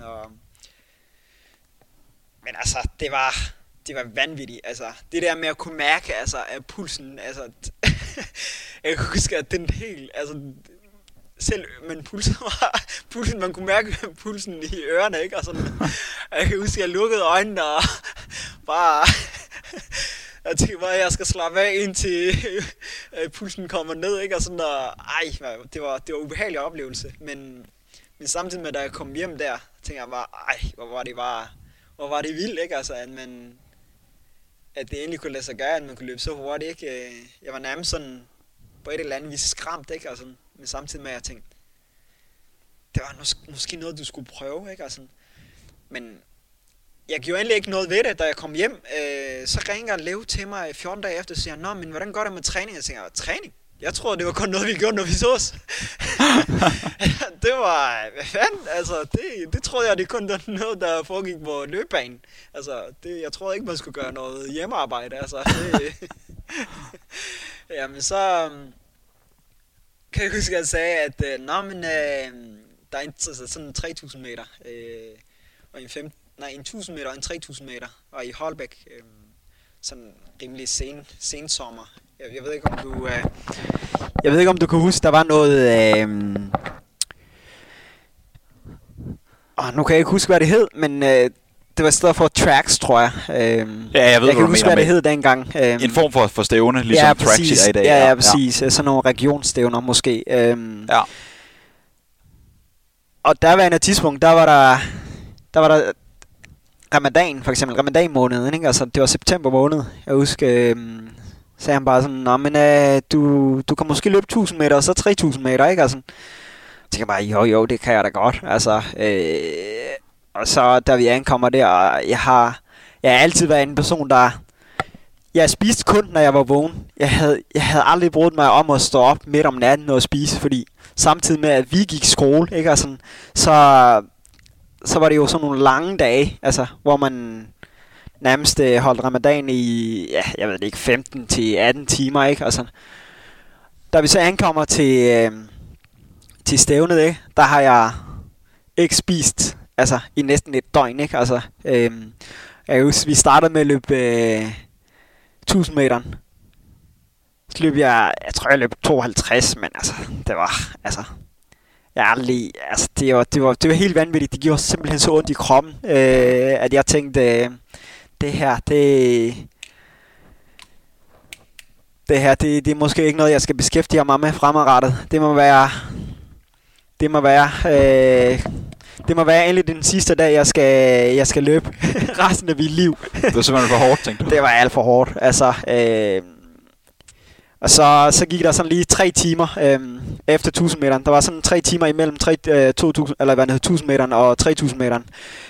men altså, det var vanvittigt, altså, det der med at kunne mærke, altså, at pulsen, altså, jeg kan huske, at den helt, altså, selv, men pulsen, man kunne mærke pulsen i ørerne, ikke, og sådan, jeg kan huske, at jeg lukkede øjnene, og bare, jeg tænkte bare, at jeg skal slappe af, indtil pulsen kommer ned, ikke, og sådan, det var en ubehagelig oplevelse, men samtidig med, da jeg kom hjem der, tænkte jeg bare, hvor var det vildt, ikke, altså, at det egentlig kunne lade sig gøre, at man kunne løbe så hurtigt, ikke? Jeg var nærmest sådan på et eller andet vis skræmt, ikke? Altså, men samtidig med, at jeg tænkte, det var måske noget, du skulle prøve, ikke? Altså, men jeg gjorde egentlig ikke noget ved det, da jeg kom hjem. Så ringer Leo til mig 14 dage efter og siger, nå, men hvordan går det med træning? Jeg tænker, træning? Jeg tror, det var kun noget, vi gjorde, når vi sås. Det var, hvad fanden, altså, det troede jeg, det kun var noget, der foregik på løbebanen. Altså, jeg troede ikke, man skulle gøre noget hjemmearbejde, altså. Jamen, så kan jeg huske, at jeg sagde, at, der er sådan 3000 meter, og en 1000 meter og en 3000 meter, og i Holbæk, sådan rimelig sensommer. Jeg ved ikke, om du kan huske, der var noget, nu kan jeg ikke huske, hvad det hed, men det var i stedet for tracks, tror jeg. Jeg kan huske, hvad det hed dengang. En form for stævne, ligesom ja, tracks i dag. Ja, præcis. Sådan nogle regionsstævner måske. Ja. Og der var en af tidspunkt, der var der Ramadan, for eksempel, Ramadan-måneden, ikke? Altså, det var september måned. Jeg husker, sagde han bare sådan, nå, men du kan måske løbe 1000 meter, og så 3000 meter, ikke? Altså, jeg tænker bare, jo, det kan jeg da godt. Altså, og så da vi ankommer der, jeg har altid været en person, jeg spiste kun, når jeg var vågen. Jeg havde aldrig brugt mig om at stå op midt om natten og spise, fordi samtidig med, at vi gik i skole, ikke? Altså, så var det jo sådan nogle lange dage, altså, hvor man nærmest holdt ramadan i, ja, jeg ved det ikke, 15 til 18 timer, ikke? Og sådan. Da vi så ankommer til stævnet, ikke? Der har jeg ikke spist, altså i næsten et døgn, ikke? Altså, jeg husker, vi startede med at løbe 1000 meter. Så løb jeg tror jeg løb 52, men altså, det var, altså, jeg aldrig, altså, det var helt vanvittigt. Det gjorde simpelthen så ondt i kroppen, at jeg tænkte, det her, det er måske ikke noget, jeg skal beskæftige mig med fremadrettet. Det må være egentlig den sidste dag, jeg skal løbe resten af mit liv. Det var simpelthen for hårdt, tænkte du? Det var alt for hårdt, altså. Og så gik der sådan lige 3 timer efter 1000 meter. Der var sådan 3 timer imellem 1000 meteren og 3000 meteren.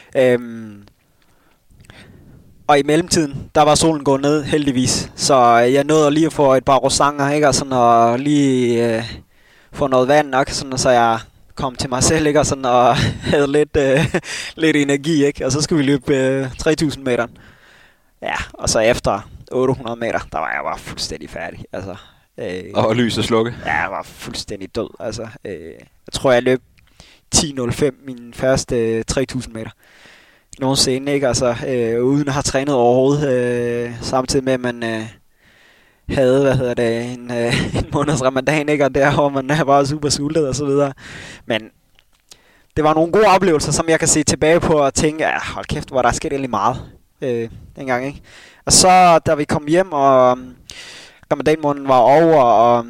Og i mellemtiden, der var solen gået ned, heldigvis. Så jeg nåede lige at få et par rosanger, ikke? Og sådan, og lige få noget vand nok, sådan, så jeg kom til mig selv, ikke? Og sådan, og havde lidt energi, ikke? Og så skulle vi løbe 3000 meter. Ja, og så efter 800 meter, der var jeg bare fuldstændig færdig. Altså, og lyset slukke? Ja, jeg var fuldstændig død. Altså, jeg tror, jeg løb 10.05 min første 3000 meter. Nogensinde, ikke? Altså, uden at have trænet overhovedet, samtidig med, at man havde, en måneds ramadan, ikke? Og der, hvor man var super sultet og så videre. Men det var nogle gode oplevelser, som jeg kan se tilbage på og tænke, ja, hold kæft, hvor der er sket egentlig meget dengang, ikke? Og så, da vi kom hjem, og ramadanmåneden var over, og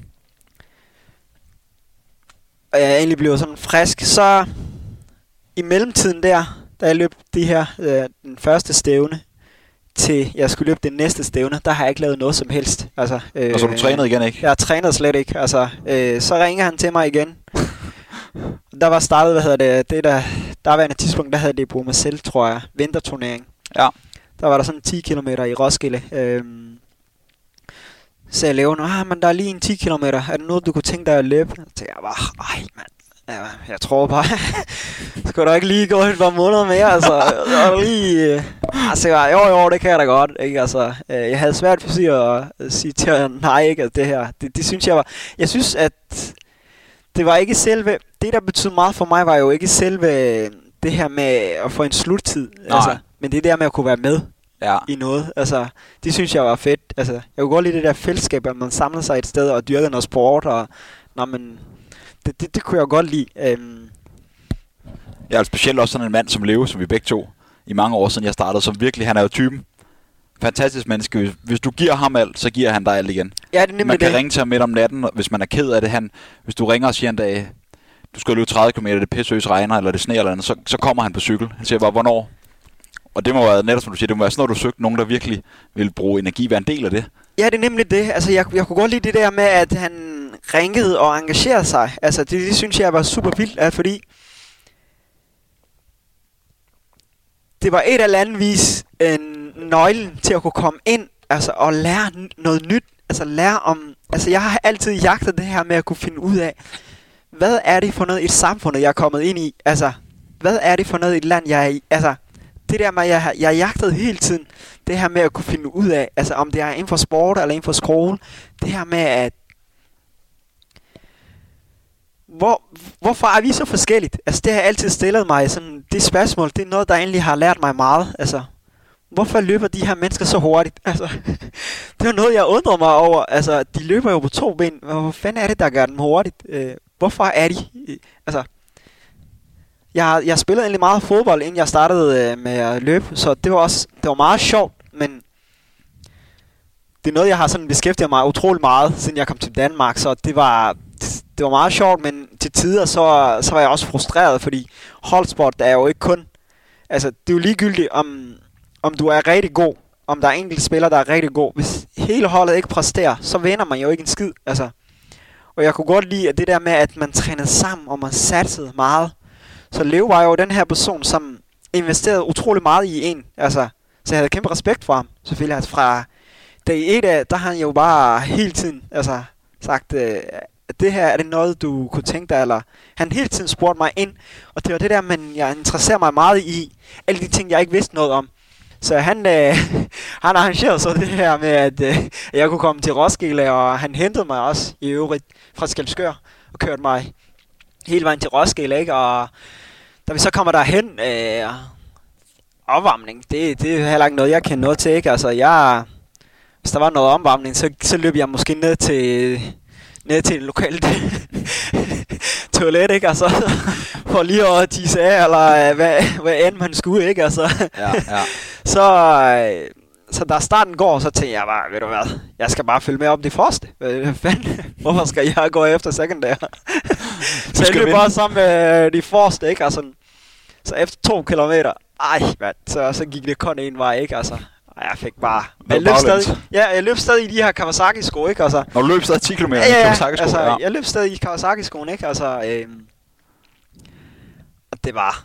jeg egentlig blev sådan frisk, så i mellemtiden der, da jeg løb de her, den første stævne, til jeg skulle løbe den næste stævne, der har jeg ikke lavet noget som helst. Altså, og så du trænede igen, ikke? Jeg trænede slet ikke. Altså, så ringer han til mig igen. Der var startet, det der var en tidspunkt, der havde det på mig selv, tror jeg, vinterturnering. Ja. Der var der sådan 10 kilometer i Roskilde. Så jeg lavede, men der er lige en 10 kilometer. Er det noget, du kunne tænke dig at løbe? Så tænkte jeg bare, ej mand. Ja, jeg tror bare, skulle der ikke lige gå et par måneder mere, altså, lige, altså, jo, det kan jeg da godt, ikke, altså, jeg havde svært for at sige til at nej, ikke, at det her, det synes jeg synes, at det var ikke selve, det der betød meget for mig, var jo ikke selve det her med at få en sluttid, altså, men det der med at kunne være med i noget, altså, det synes jeg var fedt, altså, jeg kunne godt lide det der fællesskab, at man samlede sig et sted og dyrkede noget sport, og, det kunne jeg godt lide. Jeg er specielt også sådan en mand som Leo, som vi begge to i mange år siden jeg startede, som virkelig, han er jo typen. Fantastisk menneske. Hvis du giver ham alt, så giver han dig alt igen. Ja, det er man kan ringe til ham midt om natten, hvis man er ked af det. Hvis du ringer og siger en dag, du skal løbe 30 km, det pissøs regner, eller det sne eller andet, så kommer han på cykel. Han siger bare, hvornår? Og det må være netop, som du siger, det må være sådan, når du søgte nogen, der virkelig vil bruge energi, være en del af det. Ja, det er nemlig det. Altså, jeg kunne godt lide det der med, at han ringede og engagerede sig. Altså, det synes jeg var super vildt, fordi det var et eller andet vis nøglen til at kunne komme ind, altså, og lære noget nyt. Altså, lære om, altså, jeg har altid jagtet det her med at kunne finde ud af, hvad er det for noget i et samfund, jeg er kommet ind i? Altså, hvad er det for noget i et land, jeg er i? Altså, det der med, at jeg jagtede hele tiden, det her med at kunne finde ud af, altså om det er inden for sport eller inden for skole, det her med, at hvorfor er vi så forskelligt? Altså det har altid stillet mig sådan, det spørgsmål, det er noget, der egentlig har lært mig meget, altså hvorfor løber de her mennesker så hurtigt? Altså, det var noget, jeg undrede mig over, altså de løber jo på 2 ben, hvor fanden er det, der gør dem hurtigt? Hvorfor er de, altså jeg spillede egentlig meget fodbold, inden jeg startede med at løbe, så det var meget sjovt, men det er noget, jeg har sådan beskæftiget mig utrolig meget, siden jeg kom til Danmark, så det var meget sjovt, men til tider, så var jeg også frustreret, fordi holdsport er jo ikke kun, altså det er jo ligegyldigt, om du er rigtig god, om der er enkelte spillere, der er rigtig god. Hvis hele holdet ikke præsterer, så vinder man jo ikke en skid, altså. Og jeg kunne godt lide, at det der med, at man trænede sammen, og man satsede meget. Så Leo var jo den her person, som investerede utrolig meget i en. Altså, så jeg havde kæmpe respekt for ham. Selvfølgelig altså fra dag 1 af, der har han jo bare hele tiden sagt, at det her er det noget, du kunne tænke dig. Eller han hele tiden spurgte mig ind. Og det var det der, men jeg interesserer mig meget i. Alle de ting, jeg ikke vidste noget om. Så han arrangerede så det her med, at jeg kunne komme til Roskilde, og han hentede mig også i øvrigt fra Skælskør og kørte mig hele vejen til Roskilde, ikke? Og da vi så kommer derhen, opvarmning, det er heller ikke noget, jeg kender noget til, ikke? Altså, hvis der var noget omvarmning, så løb jeg måske ned til det lokale toilet, ikke? Altså, for lige at tisse af, eller hvad end man skulle, ikke? Altså, Ja. Så da starten går, så tænker jeg bare, ved du hvad, jeg skal bare følge med op det første. Hvad fanden? Hvorfor skal jeg gå efter sekundær? Så jeg løb bare sammen med de første, ikke? Altså, så efter 2 kilometer, så gik det kun en vej, ikke? Altså, jeg fik bare... Jeg løb stadig i de her Kawasaki-sko, ikke? Altså, og du løb stadig 10 km i Kawasaki-sko? Altså, jeg løb stadig i Kawasaki-skoen, ikke? Altså, og det var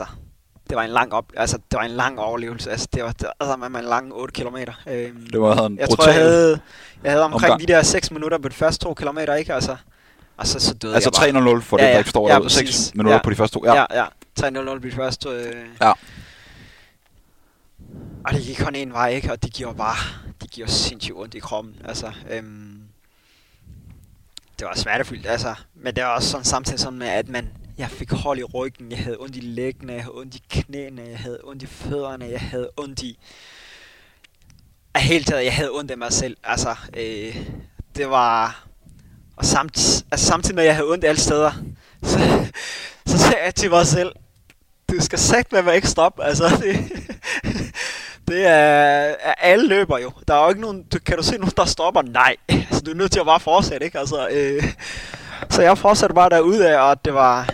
en lang overlevelse. Altså, det var en lang 8 kilometer. Det var en jeg tror, jeg havde omkring de der 6 minutter på de første 2 kilometer, ikke? Altså, og så døde jeg bare. Altså 3:00 for det, der ikke står derude. 6 minutter på de første 2. Ja. 3:00 på de første 2. Ja. Og det gik kun en vej, ikke? Og det giver sindssygt ondt i kroppen. Altså, det var smertefyldt, altså. Men det var også sådan samtidig sådan med, at jeg fik hold i ryggen, jeg havde ondt i læggene, jeg havde ondt i knæene, jeg havde ondt i fødderne, jeg havde ondt i... Helt taget, jeg havde ondt af mig selv. Altså, det var... Og samtidig med, at jeg havde ondt alle steder, så sagde jeg til mig selv, du skal sagt med mig ikke stoppe. Altså, det er alle løber jo. Der er jo ikke nogen... Kan du se nogen, der stopper? Nej. Altså, du er nødt til at bare fortsætte, ikke? Altså, så jeg fortsatte bare derudad, og det var...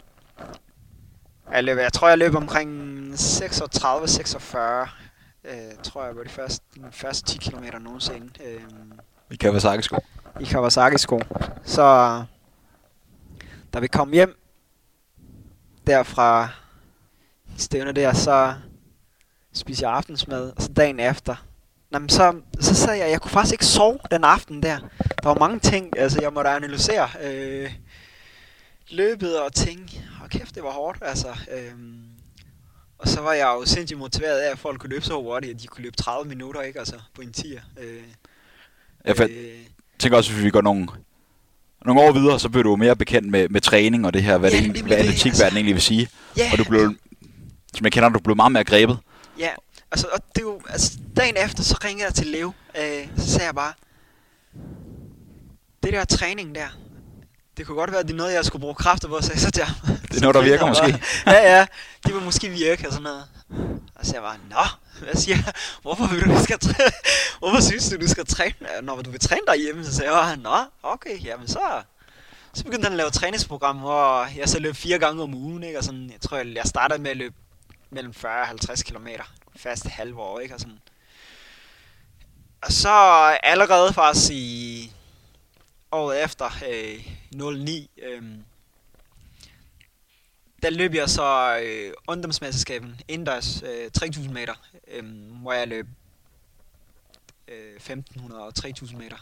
Jeg tror, jeg løb omkring 36-46. Tror jeg var de første 10 kilometer nogensinde. I Kawasaki-sko? I Kawasaki-sko. Så da vi kom hjem derfra stævne der, så spiste jeg aftensmad, og så dagen efter. Så sad jeg kunne faktisk ikke sove den aften der. Der var mange ting, altså jeg måtte analysere løbet og tænke, kæft det var hårdt, altså. Og så var jeg jo sindssygt motiveret af, at folk kunne løbe så hurtigt, at de kunne løbe 30 minutter, ikke, altså på en 10'er. Jeg tænker også, hvis vi går nogle år videre, så bliver du mere bekendt med træning og det her, hvad atletikverdenen egentlig vil sige. Og du blev, som jeg kender, du blev meget mere grebet. Ja, altså, og det er jo, altså, dagen efter, så ringede jeg til Leo, så sagde jeg bare, det der træning der, det kunne godt være, at det er noget, jeg skulle bruge kræfter på, så jeg så der. Det er noget, der virker måske. Ja, det vil måske virke og sådan noget. Og så jeg bare, hvad siger jeg? Hvorfor synes du skal træne? Når du vil træne derhjemme, så sagde jeg, okay, jamen så begyndte han at lave et træningsprogram, hvor jeg så løb 4 gange om ugen, ikke? Og sådan, jeg tror, jeg startede med at løbe mellem 40 og 50 kilometer, fast halve år, ikke? Og sådan. Og så allerede faktisk i året efter, 09, der løb jeg så ungdomsmesterskaben indendørs 3000 meter, hvor jeg løb 1500 og 3000 meter.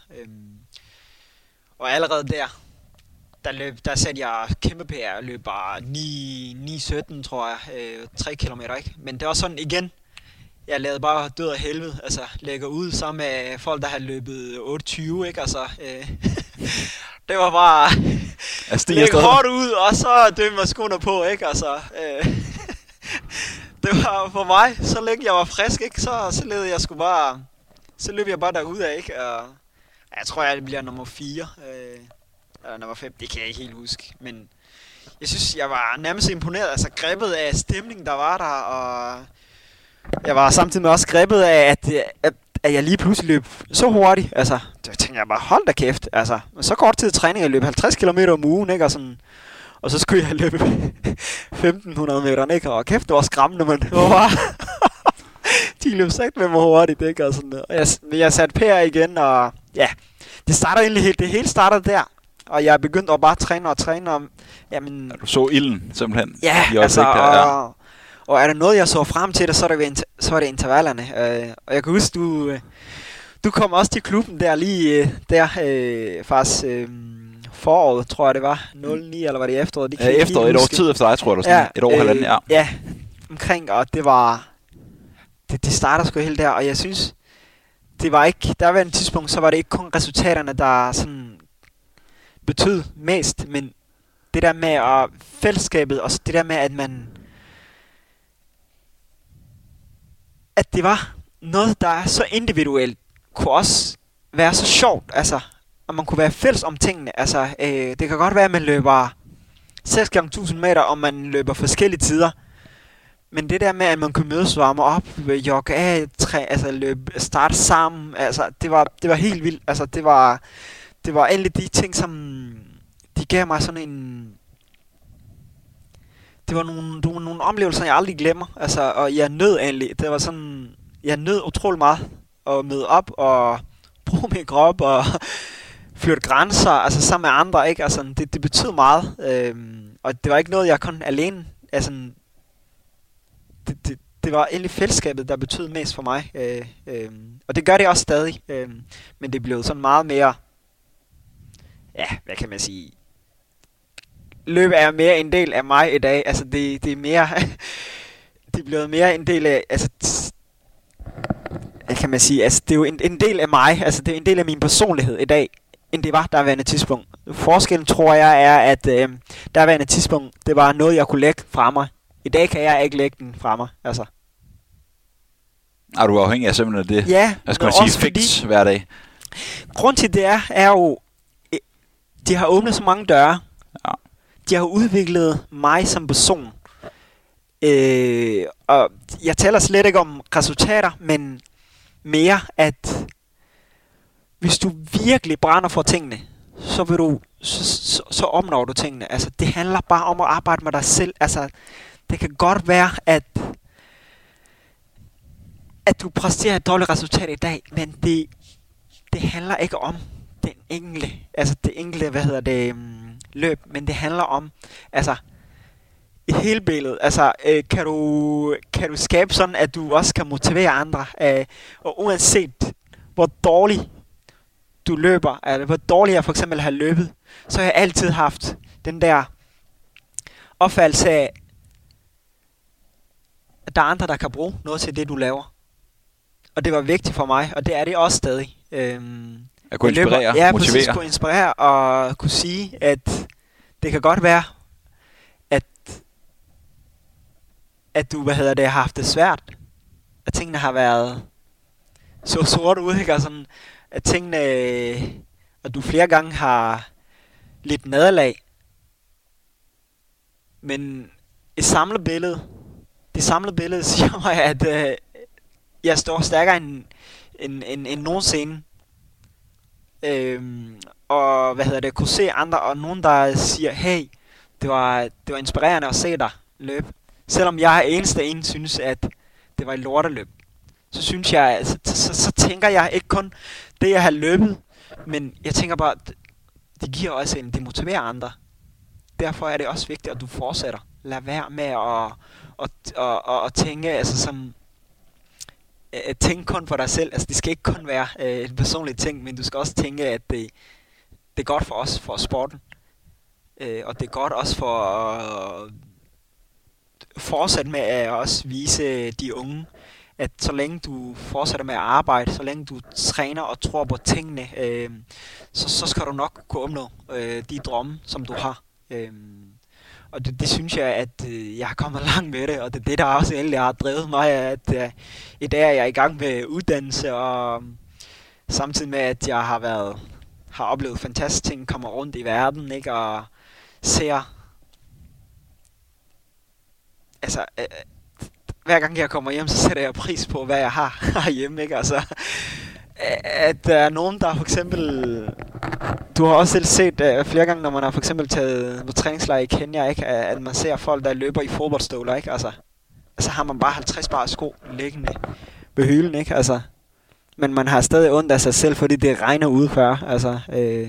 Og allerede der satte jeg kæmpe PR, jeg løb bare 9:17, tror jeg, 3 kilometer, ikke? Men det var sådan igen, jeg lavede bare død af helvede, altså lægger ud sammen med folk, der havde løbet 8:20, ikke? Altså, det var bare lægge hårdt ud, og så dømme mig skoene på, ikke? Altså, det var for mig, så længe jeg var frisk, ikke? Så levede jeg så løb jeg bare derudad, ikke? Og jeg tror, jeg bliver nummer 4, eller nummer 5, det kan jeg ikke helt huske, men jeg synes, jeg var nærmest imponeret, altså grebet af stemningen, der var der, og jeg var samtidig med også grebet af, at jeg lige pludselig løb så hurtigt, altså, så tænkte jeg bare, hold da kæft, altså, så kort tid træning, jeg løb 50 km om ugen, ikke, og så skulle jeg løbe 1500 meter, ikke, og kæft, det var skræmmende, men det var bare, de løb sagt med mig hurtigt, ikke, og sådan, og jeg satte PR igen, og ja, det startede egentlig det hele startede der, og jeg begyndte at bare træne, og jamen... Du så ilden, simpelthen. Ja, altså, og er der noget, jeg så frem til, så var det intervallerne. Og jeg kan huske, du kom også til klubben der lige faktisk foråret, tror jeg det var. 09, eller var det efteråret? Ja, efteråret, et års tid efter dig, tror jeg, sådan et år halvanden, ja. Ja, omkring, og det var det starter sgu helt der, og jeg synes, det var ikke, der var en tidspunkt, så var det ikke kun resultaterne, der sådan betød mest, men det der med at fællesskabet, og det der med, at det var noget, der er så individuelt, kunne også være så sjovt, altså, og man kunne være fælles om tingene, altså, det kan godt være, at man løber 6 gange 1000 meter, og man løber forskellige tider, men det der med, at man kunne mødes, varme op, jogge af, altså løbe, starte sammen, altså, det var helt vildt, altså, det var egentlig de ting, som de gav mig sådan en, det var nogle oplevelser, jeg aldrig glemmer, altså, og jeg nød egentlig, det var sådan, jeg nød utrolig meget at møde op og bruge min krop og flytte grænser, altså sammen med andre, ikke, altså, det betød meget, og det var ikke noget, jeg kun alene, altså, det var egentlig fællesskabet, der betød mest for mig, og det gør det også stadig, men det blev sådan meget mere, ja, hvad kan man sige, løb er mere en del af mig i dag, altså det er mere, det er blevet mere en del af, altså, hvad kan man sige, altså det er jo en del af mig, altså det er en del af min personlighed i dag, end det var derværende tidspunkt. Forskellen tror jeg er, at derværende tidspunkt, det var noget, jeg kunne lægge fra mig. I dag kan jeg ikke lægge den fra mig, altså. Er du afhængig af simpelthen af det? Ja, jeg skal sige fix hver dag. Grund til det er jo, de har åbnet så mange døre. Ja. De har udviklet mig som person. Og jeg taler slet ikke om resultater, men mere at hvis du virkelig brænder for tingene, så vil du så opnår du tingene. Altså det handler bare om at arbejde med dig selv. Altså det kan godt være at du præsterer et dårligt resultat i dag, men det handler ikke om det enkelte, løb, men det handler om, altså, et hele billede. Altså, kan du skabe sådan, at du også kan motivere andre, og uanset hvor dårlig du løber, eller hvor dårlig jeg for eksempel har løbet, så har jeg altid haft den der opfattelse af, at der er andre, der kan bruge noget til det, du laver. Og det var vigtigt for mig, og det er det også stadig. At kunne inspirere, ja, motivere. Præcis, kunne inspirere og kunne sige, at det kan godt være, at du, har haft det svært. At tingene har været så sort ud, ikke? Og sådan, at tingene, at du flere gange har lidt nederlag. Men det samlede billede siger mig, at jeg står stærkere end nogensinde. Og kunne se andre, og nogen der siger, hey, det var inspirerende at se dig løbe. Selvom jeg eneste en synes, at det var et lorteløb, så synes jeg, så tænker jeg ikke kun det, jeg har løbet, men jeg tænker bare, det giver også det motiverer andre. Derfor er det også vigtigt, at du fortsætter. Lad være med at tænke, altså som tænke kun for dig selv. Altså det skal ikke kun være et personligt ting, men du skal også tænke, at det er godt for os, for sporten. Og det er godt også for at fortsætte med at også vise de unge, at så længe du fortsætter med at arbejde, så længe du træner og tror på tingene, så skal du nok kunne opnå de drømme, som du har. Og det synes jeg, at jeg har kommet langt med det, og det er det, der også endelig har drevet mig, at i dag er jeg i gang med uddannelse, og samtidig med, at jeg har oplevet fantastiske ting, kommer rundt i verden, ikke, og ser, altså, hver gang jeg kommer hjem, så sætter jeg pris på, hvad jeg har herhjemme, ikke, altså, at der er nogen, der for eksempel, du har også selv set flere gange, når man har for eksempel taget på træningslejr i Kenya, ikke, at man ser folk, der løber i fodboldstøvler, ikke, altså har man bare 50 par sko liggende ved hylden, ikke, altså, men man har stadig ondt af sig selv, fordi det regner udefør, altså,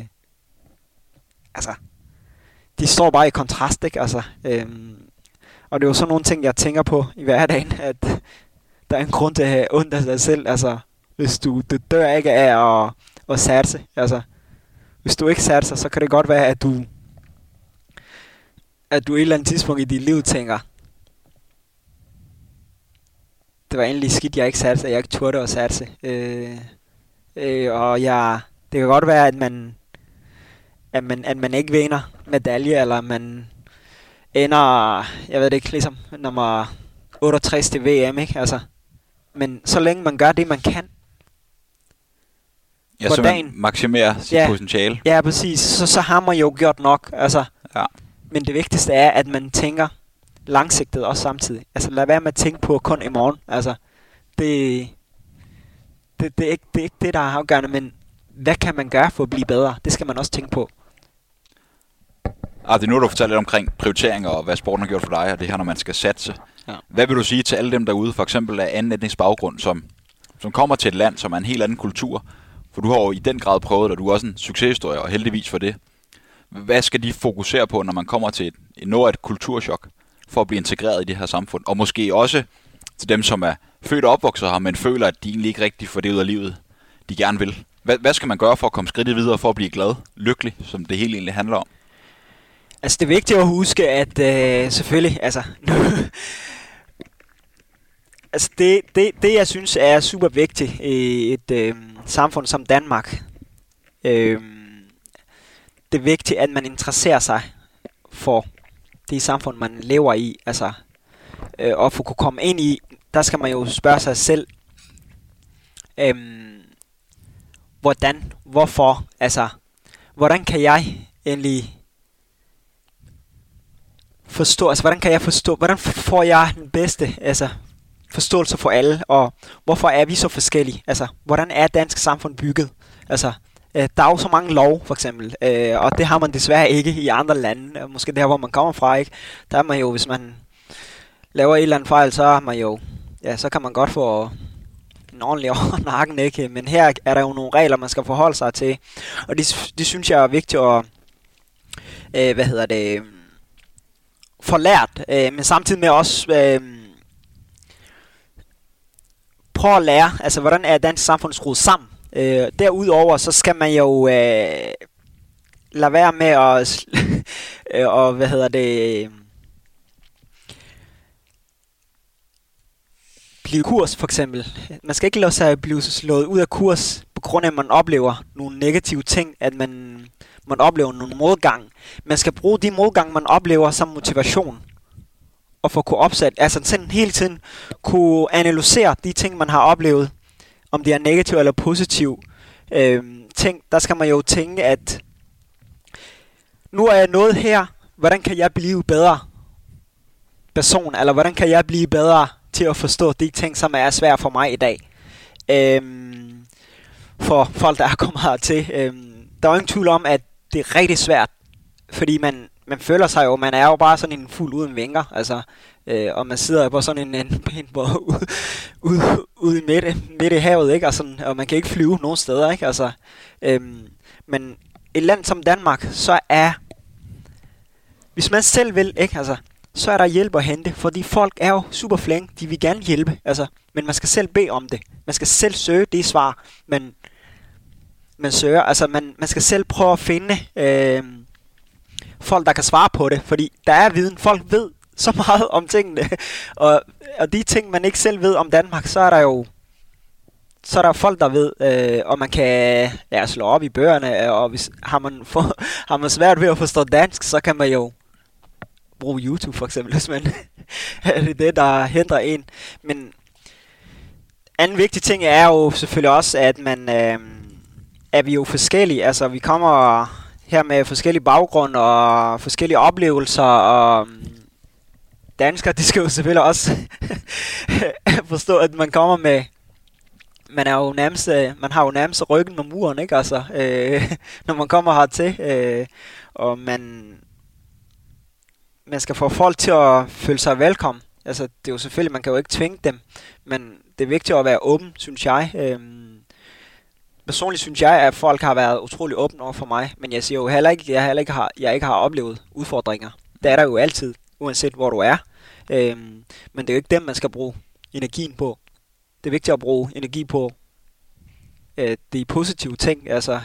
de står bare i kontrast, ikke, altså, og det er jo sådan nogle ting, jeg tænker på i hverdagen, at der er en grund til at have ondt af sig selv, altså, hvis du dør ikke af at satse, altså, hvis du ikke satser, så kan det godt være, at du et eller andet tidspunkt i dit liv tænker, det var endelig skidt, jeg ikke satte, at jeg ikke turde at satse. Og det kan godt være, at man ikke vinder medalje, eller man ender, jeg ved det ikke, ligesom nummer 68 til VM, ikke? Altså, men så længe man gør det, man kan. Ja, så man maksimerer sit potentiale. Ja, præcis. Så har man jo gjort nok. Altså, ja. Men det vigtigste er, at man tænker langsigtet også samtidig. Altså, lad være med at tænke på kun i morgen. Altså, det er ikke det, der er afgørende, men hvad kan man gøre for at blive bedre? Det skal man også tænke på. Det er nu, du fortæller lidt omkring prioriteringer og hvad sporten har gjort for dig, og det her, når man skal satse. Ja. Hvad vil du sige til alle dem derude, for eksempel af anden etnisk baggrund, som kommer til et land, som er en helt anden kultur? For du har jo i den grad prøvet, og du er også en succeshistorie, og heldigvis for det. Hvad skal de fokusere på, når man kommer til et kulturschok, for at blive integreret i det her samfund? Og måske også til dem, som er født og opvokset her, men føler, at de egentlig ikke rigtig får det ud af livet, de gerne vil. Hvad skal man gøre for at komme skridtet videre, for at blive glad, lykkelig, som det hele egentlig handler om? Altså, det er vigtigt at huske, at selvfølgelig, altså... altså, det jeg synes er super vigtigt i et samfund som Danmark. Det er vigtigt, at man interesserer sig for det samfund, man lever i. Altså, og for at kunne komme ind i, der skal man jo spørge sig selv, hvordan, hvorfor, altså, hvordan kan jeg egentlig forstå, altså hvordan kan jeg forstå, hvordan får jeg den bedste forståelse for alle, og hvorfor er vi så forskellige? Altså, hvordan er dansk samfund bygget? Altså, der er jo så mange lov, for eksempel, og det har man desværre ikke i andre lande, måske der, hvor man kommer fra, ikke? Der er man jo, hvis man laver et eller andet fejl, så er man jo, ja, så kan man godt få en ordentlig over nakken, ikke? Men her er der jo nogle regler, man skal forholde sig til, og det synes jeg er vigtigt at, få lært, men samtidig med også prøve at lære, altså hvordan er dansk samfund skruet sammen. Derudover så skal man jo lade være med at og blive kurs, for eksempel. Man skal ikke lade sig blive slået ud af kurs på grund af, at man oplever nogle negative ting, at man oplever nogle modgang. Man skal bruge de modgang, man oplever, som motivation. Og for at kunne opsætte, altså sådan hele tiden kunne analysere de ting, man har oplevet, om det er negativ eller positiv ting. Der skal man jo tænke, at nu er jeg nået her, hvordan kan jeg blive bedre person, eller hvordan kan jeg blive bedre til at forstå de ting, som er svære for mig i dag. For folk, der er kommet hertil. Der er jo ingen tvivl om, at det er rigtig svært, fordi man føler sig jo, man er jo bare sådan en fugl uden vinger, altså, og man sidder på sådan en ude midt i havet, ikke, og, sådan, og man kan ikke flyve nogen steder, ikke, altså, men et land som Danmark, så er, hvis man selv vil, ikke, altså, så er der hjælp at hente, fordi folk er jo super flinke, de vil gerne hjælpe, altså, men man skal selv bede om det, man skal selv søge det svar, man søger, altså man skal selv prøve at finde folk, der kan svare på det, fordi der er viden, folk ved så meget om tingene, og de ting, man ikke selv ved om Danmark, så er der folk, der ved, og man kan slå op i bøgerne, og hvis har man svært ved at forstå dansk, så kan man jo bruge YouTube for eksempel, hvis man det er det, der hindrer en. Men anden vigtig ting er jo selvfølgelig også, at man er vi jo forskellige, altså vi kommer her med forskellige baggrund og forskellige oplevelser, og danskere, de skal jo selvfølgelig også forstå, at man kommer med, man har jo nærmest ryggen om muren, ikke, altså, når man kommer hertil, og man skal få folk til at føle sig velkommen. Altså, det er jo selvfølgelig, man kan jo ikke tvinge dem, men det er vigtigt at være åben, synes jeg. Personligt synes jeg, at folk har været utrolig åbne over for mig, men jeg siger jo heller ikke, jeg ikke har oplevet udfordringer. Det er der jo altid, uanset hvor du er. Men det er jo ikke dem, man skal bruge energien på. Det er vigtigt at bruge energi på de positive ting. Altså,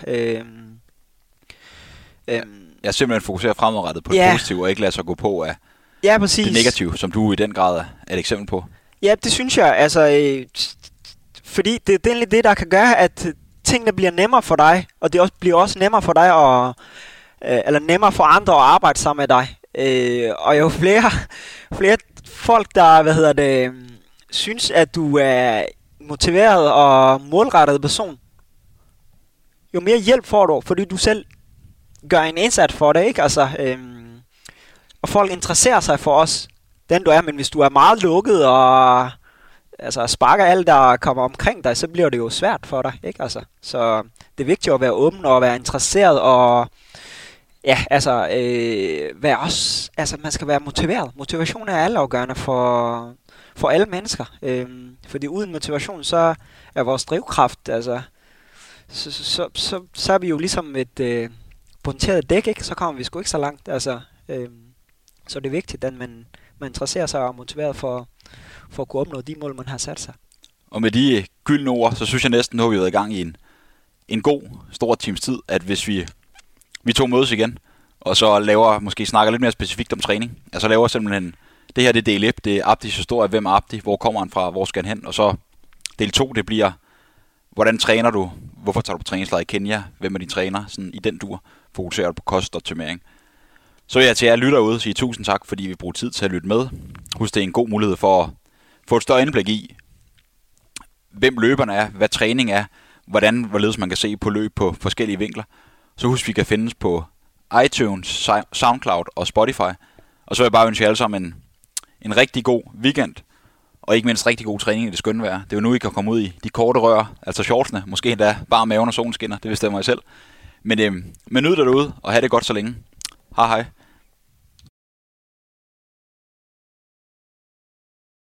jeg simpelthen fokuserer fremadrettet på det positive, og ikke lade sig gå på af det negative, som du i den grad er et eksempel på. Ja, det synes jeg. Altså, fordi det er egentlig det, der kan gøre, at tingene bliver nemmere for dig, og det bliver også nemmere for dig, eller nemmere for andre at arbejde sammen med dig. Og jo flere folk, der synes, at du er motiveret og målrettet person, jo mere hjælp får du, fordi du selv gør en indsats for det, ikke? Altså, og folk interesserer sig for os, den du er, men hvis du er meget lukket og sparker alt, der kommer omkring dig, så bliver det jo svært for dig, ikke? Altså, så det er vigtigt at være åben og være interesseret og være også, man skal være motiveret. Motivation er altafgørende for alle mennesker, fordi uden motivation, så er vores drivkraft, så er vi jo ligesom et punkteret dæk, ikke? Så kommer vi sgu ikke så langt, så det er vigtigt, at man interesserer sig og er motiveret for at kunne opnå de mål, man har sat sig. Og med de gyldne ord, så synes jeg næsten, nu har vi været i gang i en god, stor times tid, at hvis vi to mødes igen, og så snakker lidt mere specifikt om træning, altså laver simpelthen, det her det er del 1, det er Abdis historie, hvem er Abdi, hvor kommer han fra, hvor skal han hen, og så del 2, det bliver, hvordan træner du, hvorfor tager du på træningslejr i Kenya, hvem er din træner, sådan i den dur, fokuserer du på kost og optimering. Så vil jeg til jer lytter ude sige tusind tak, fordi vi bruger tid til at lytte med. Husk, det er en god mulighed for at få et større indblik i, hvem løberne er, hvad træning er, hvorledes man kan se på løb på forskellige vinkler. Så husk, vi kan findes på iTunes, SoundCloud og Spotify. Og så vil jeg bare ønske jer alle sammen en rigtig god weekend, og ikke mindst rigtig god træning i det skønne vejr. Det er jo nu, I kan komme ud i de korte rør, altså shortsene, måske endda bare maven og solen skinner, det bestemmer jeg selv. Men nyd derude, og have det godt så længe. Hej hej.